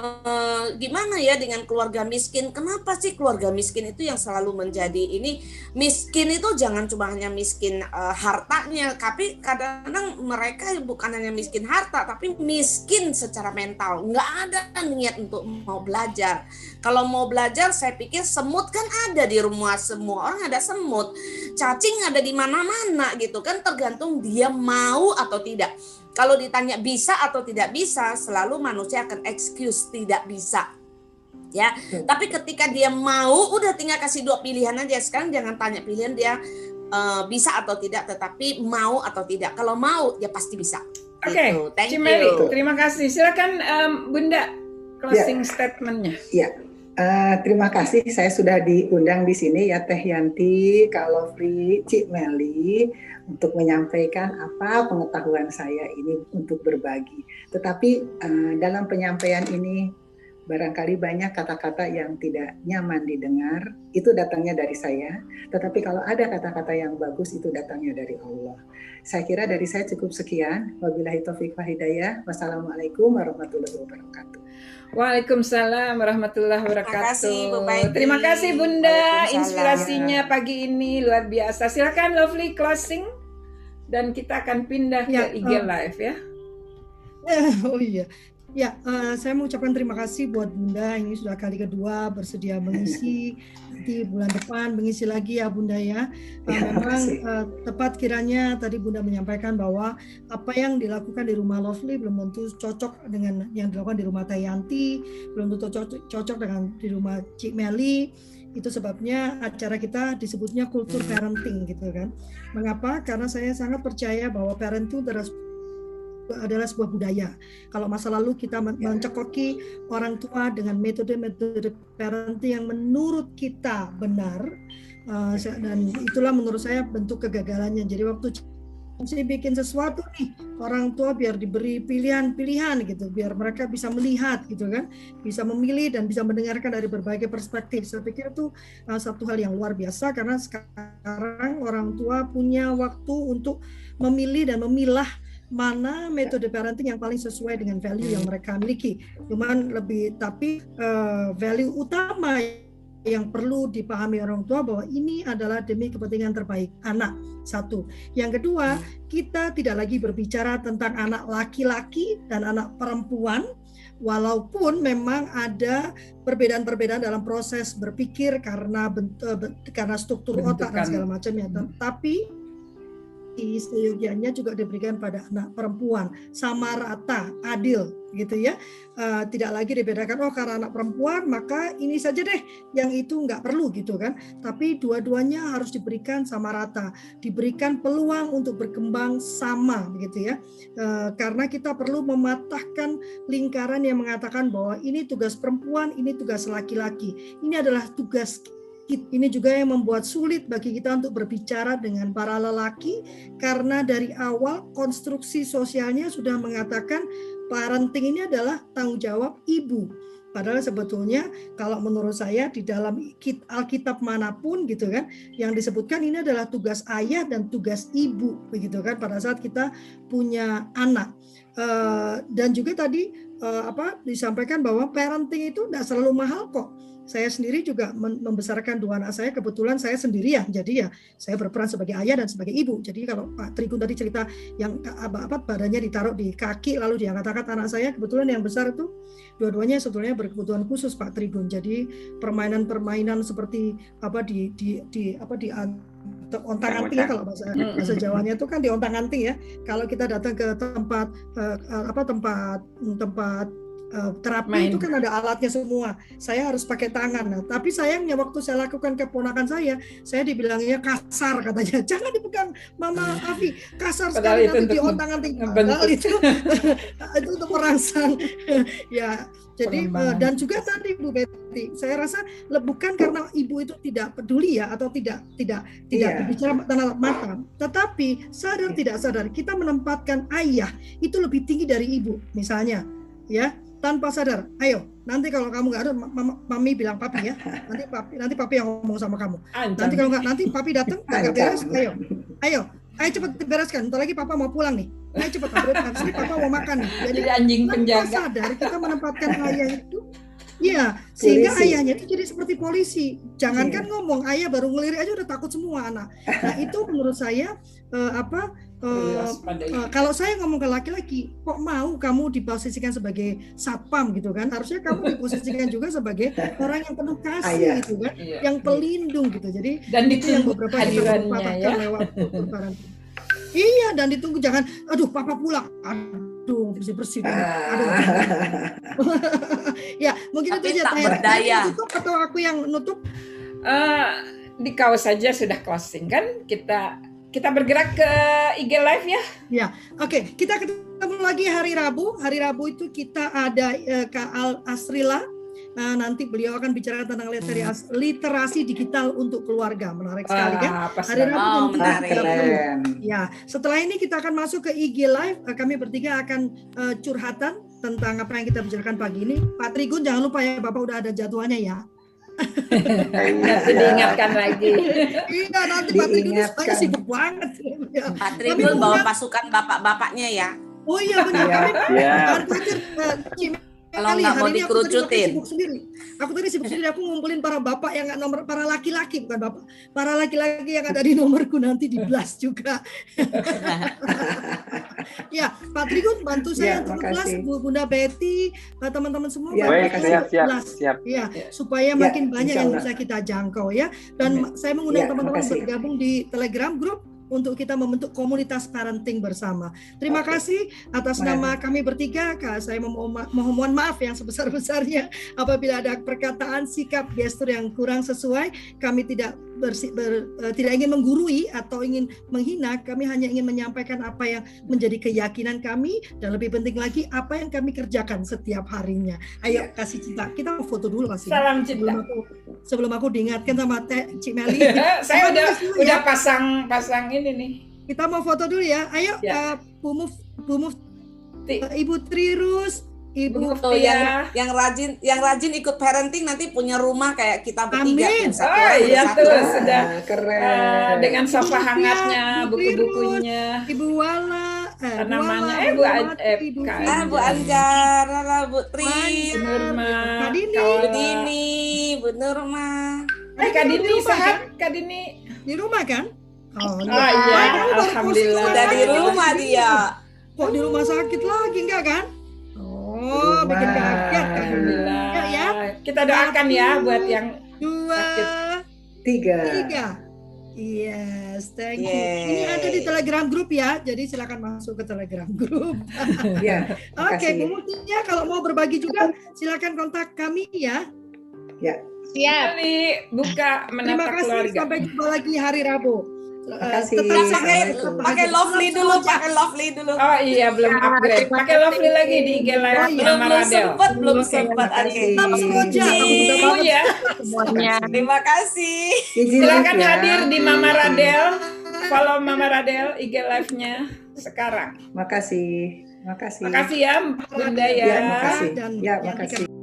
gimana ya dengan keluarga miskin? Kenapa sih keluarga miskin itu yang selalu menjadi ini? Miskin itu jangan cuma hanya miskin hartanya, tapi kadang-kadang mereka bukan hanya miskin harta, tapi miskin secara mental. Nggak ada niat untuk mau belajar. Kalau mau belajar, saya pikir semut kan ada di rumah semua orang, ada semut. Cacing ada di mana-mana gitu kan, tergantung dia mau atau tidak. Kalau ditanya bisa atau tidak bisa, selalu manusia akan excuse tidak bisa. Ya, tapi ketika dia mau, udah tinggal kasih 2 pilihan aja. Sekarang jangan tanya pilihan dia bisa atau tidak, tetapi mau atau tidak. Kalau mau, ya pasti bisa. Oke, gitu. Thank Cimeli, you. terima kasih. Silakan Bunda closing statement-nya. Ya. Terima kasih, saya sudah diundang di sini ya Teh Yanti, Kak Lovely, Cik Meli, untuk menyampaikan apa pengetahuan saya ini untuk berbagi. Tetapi dalam penyampaian ini barangkali banyak kata-kata yang tidak nyaman didengar, itu datangnya dari saya. Tetapi kalau ada kata-kata yang bagus, itu datangnya dari Allah. Saya kira dari saya cukup sekian. Wabillahi taufiq wa hidayah. Wassalamualaikum warahmatullahi wabarakatuh. Waalaikumsalam warahmatullahi wabarakatuh. Terima kasih, Bu Betty. Bunda, inspirasinya pagi ini luar biasa. Silakan Lovely closing, dan kita akan pindah ke IG Live ya. Oh iya, Ya, saya mengucapkan terima kasih buat Bunda. Ini sudah kali kedua bersedia mengisi. Nanti bulan depan mengisi lagi ya Bunda ya. Memang tepat kiranya tadi Bunda menyampaikan bahwa apa yang dilakukan di rumah Lovely belum tentu cocok dengan yang dilakukan di rumah Tayanti, belum tentu cocok dengan di rumah Cik Meli. Itu sebabnya acara kita disebutnya kultur parenting gitu kan. Mengapa? Karena saya sangat percaya bahwa parenting adalah sebuah budaya. Kalau masa lalu kita mencekoki orang tua dengan metode-metode parenting yang menurut kita benar, dan itulah menurut saya bentuk kegagalannya. Jadi waktu saya bikin sesuatu nih, orang tua biar diberi pilihan-pilihan gitu, biar mereka bisa melihat gitu kan, bisa memilih dan bisa mendengarkan dari berbagai perspektif. Saya pikir itu satu hal yang luar biasa, karena sekarang orang tua punya waktu untuk memilih dan memilah mana metode parenting yang paling sesuai dengan value yang mereka miliki. Tapi value utama yang perlu dipahami orang tua bahwa ini adalah demi kepentingan terbaik anak. Satu. Yang kedua, kita tidak lagi berbicara tentang anak laki-laki dan anak perempuan, walaupun memang ada perbedaan-perbedaan dalam proses berpikir karena struktur otak dan segala macamnya. Tapi seyogianya juga diberikan pada anak perempuan sama rata, adil gitu ya. Tidak lagi dibedakan karena anak perempuan maka ini saja deh, yang itu nggak perlu gitu kan. Tapi dua-duanya harus diberikan sama rata, diberikan peluang untuk berkembang sama begitu ya. Karena kita perlu mematahkan lingkaran yang mengatakan bahwa ini tugas perempuan, ini tugas laki-laki. Ini adalah tugas. Ini juga yang membuat sulit bagi kita untuk berbicara dengan para lelaki, karena dari awal konstruksi sosialnya sudah mengatakan parenting ini adalah tanggung jawab ibu. Padahal sebetulnya kalau menurut saya di dalam Alkitab manapun gitu kan, yang disebutkan ini adalah tugas ayah dan tugas ibu begitu kan, pada saat kita punya anak. Dan juga tadi disampaikan bahwa parenting itu tidak selalu mahal kok. Saya sendiri juga membesarkan dua anak saya, kebetulan saya sendirian, jadi ya saya berperan sebagai ayah dan sebagai ibu. Jadi kalau Pak Trigun tadi cerita yang badannya ditaruh di kaki lalu diangkat-angkat anak saya, kebetulan yang besar itu dua-duanya sebetulnya berkebutuhan khusus Pak Trigun. Jadi permainan-permainan seperti di ontang-anting ya, kalau bahasa Jawanya itu kan di ontang-anting ya. Kalau kita datang ke tempat terapi itu kan ada alatnya semua. Saya harus pakai tangan. Nah, tapi sayangnya waktu saya lakukan ke ponakan saya dibilangnya kasar katanya. Jangan dipegang Mama Afi, kasar sekali nanti diontang-anting. Itu untuk merangsang. Ya, jadi dan juga tadi Bu Betty, saya rasa bukan karena ibu itu tidak peduli ya atau tidak berbicara tanpa mata, tetapi sadar tidak sadar kita menempatkan ayah itu lebih tinggi dari ibu misalnya, ya. Tanpa sadar, ayo nanti kalau kamu nggak ada, mami bilang papi ya, nanti papi yang ngomong sama kamu. Nanti kalau nggak, nanti papi datang nggak beres, ayo cepat bereskan, ntar lagi papa mau pulang nih, ayo cepat bereskan, sini papa mau makan nih. Jadi anjing penjaga. Tanpa sadar kita menempatkan ayah itu, ya sehingga ayahnya itu jadi seperti polisi. Jangankan ngomong, ayah baru ngelirik aja udah takut semua anak. Nah itu menurut saya kalau saya ngomong ke laki-laki, kok mau kamu diposisikan sebagai satpam gitu kan? Harusnya kamu diposisikan juga sebagai orang yang penuh kasih gitu kan, yang pelindung gitu. Jadi dan itu yang beberapa kita patahkan lewat parenting. Iya, dan ditunggu, jangan aduh papa pulang, aduh bersih aduh. Ya mungkin tapi itu aja. Tak berdaya. Tutup atau aku yang nutup? Di kaos saja sudah closing kan, kita bergerak ke IG Live ya. Ya, oke. Kita ketemu lagi hari Rabu. Hari Rabu itu kita ada Kak Asrila. Nanti beliau akan bicara tentang literasi digital untuk keluarga. Menarik sekali kan? Hari Rabu menarik. Ya, setelah ini kita akan masuk ke IG Live. Kami bertiga akan curhatan tentang apa yang kita bicarakan pagi ini. Pak Trigun jangan lupa ya, Bapak udah ada jadwalnya ya. Nanti diingatkan lagi. Iya, nanti Pak Trigun saya sibuk banget. Pak Trigun bawa pasukan bapak-bapaknya ya. Oh iya benar. Kalau nggak mau dikerucutin. Aku tadi sibuk sendiri. Aku ngumpulin para bapak yang nomor, para laki-laki bukan bapak, para laki-laki yang ada di nomorku nanti di blast juga. Ya, Pak Pak Trigun bantu saya Ya, untuk makasih. nge-blast, Bunda Betty, teman-teman semua. Ya, bantu Baik, saya siap, siap, nge-blast. siap. Ya, Ya. supaya Ya, makin banyak insya yang Allah. bisa kita jangkau ya. Dan saya mengundang Ya, teman-teman makasih. bergabung di Telegram Group untuk kita membentuk komunitas parenting bersama. Terima Oke. kasih atas Baik. nama kami bertiga. Kak, saya mohon maaf yang sebesar-besarnya apabila ada perkataan, sikap, gestur yang kurang sesuai. Kami tidak tidak ingin menggurui atau ingin menghina. Kami hanya ingin menyampaikan apa yang menjadi keyakinan kami dan lebih penting lagi apa yang kami kerjakan setiap harinya. Ayo kasih cinta. Kita mau foto dulu Mas. Salam cinta. Sebelum aku diingatkan sama Cik Meli. Saya Foto dulu ya. udah pasang ini nih. Kita mau foto dulu ya. Ayo Ya. Bu Muf, Ibu Trirus, Ibu Tuh, yang rajin ikut parenting nanti punya rumah kayak kita bertiga. Amin. Tuh, satu Oh orang iya bersatu. tuh sudah Keren. dengan sofa hangatnya, Bu buku-bukunya, Ibu Wala, namanya Bu Mati, Bu Kak. Fina, Bu Anjar, Bu Tri, Bu Nurma, Kak Dini. Bu Dini, Bu Nurma. Kak Dini Di rumah, sehat, Kak Dini. Di rumah kan? Oh, Oh iya, alhamdulillah. Udah di rumah dia. Kok di rumah sakit lagi enggak kan? Oh, bikin kaget kan? Alhamdulillah. Ya. Kita doakan ya buat yang 2, 3. 3. Yes, thank you. Yeay. Ini ada di Telegram Group ya, jadi silakan masuk ke Telegram Group. Ya, Oke, makasih. Bu Mutia kalau mau berbagi juga silakan kontak kami ya. Siap. Kembali buka Terima menata kasih, keluarga. sampai jumpa lagi hari Rabu. Makasih. Tetap Assalamualaikum. Pakai lovely dulu, pakai lovely dulu. Oh iya, belum upgrade. Pakai lovely lagi di IG Live Oh, iya. Mama Radel. Belum sempat. Oke. Makasih. Koja, Oh iya, Semuanya. Terima kasih. Izin silakan live ya. hadir di Mama Radel. Follow Mama Radel IG Live-nya sekarang. Makasih. Makasih. Makasih ya, Bunda ya. Ya, makasih. Dan Ya, yang makasih.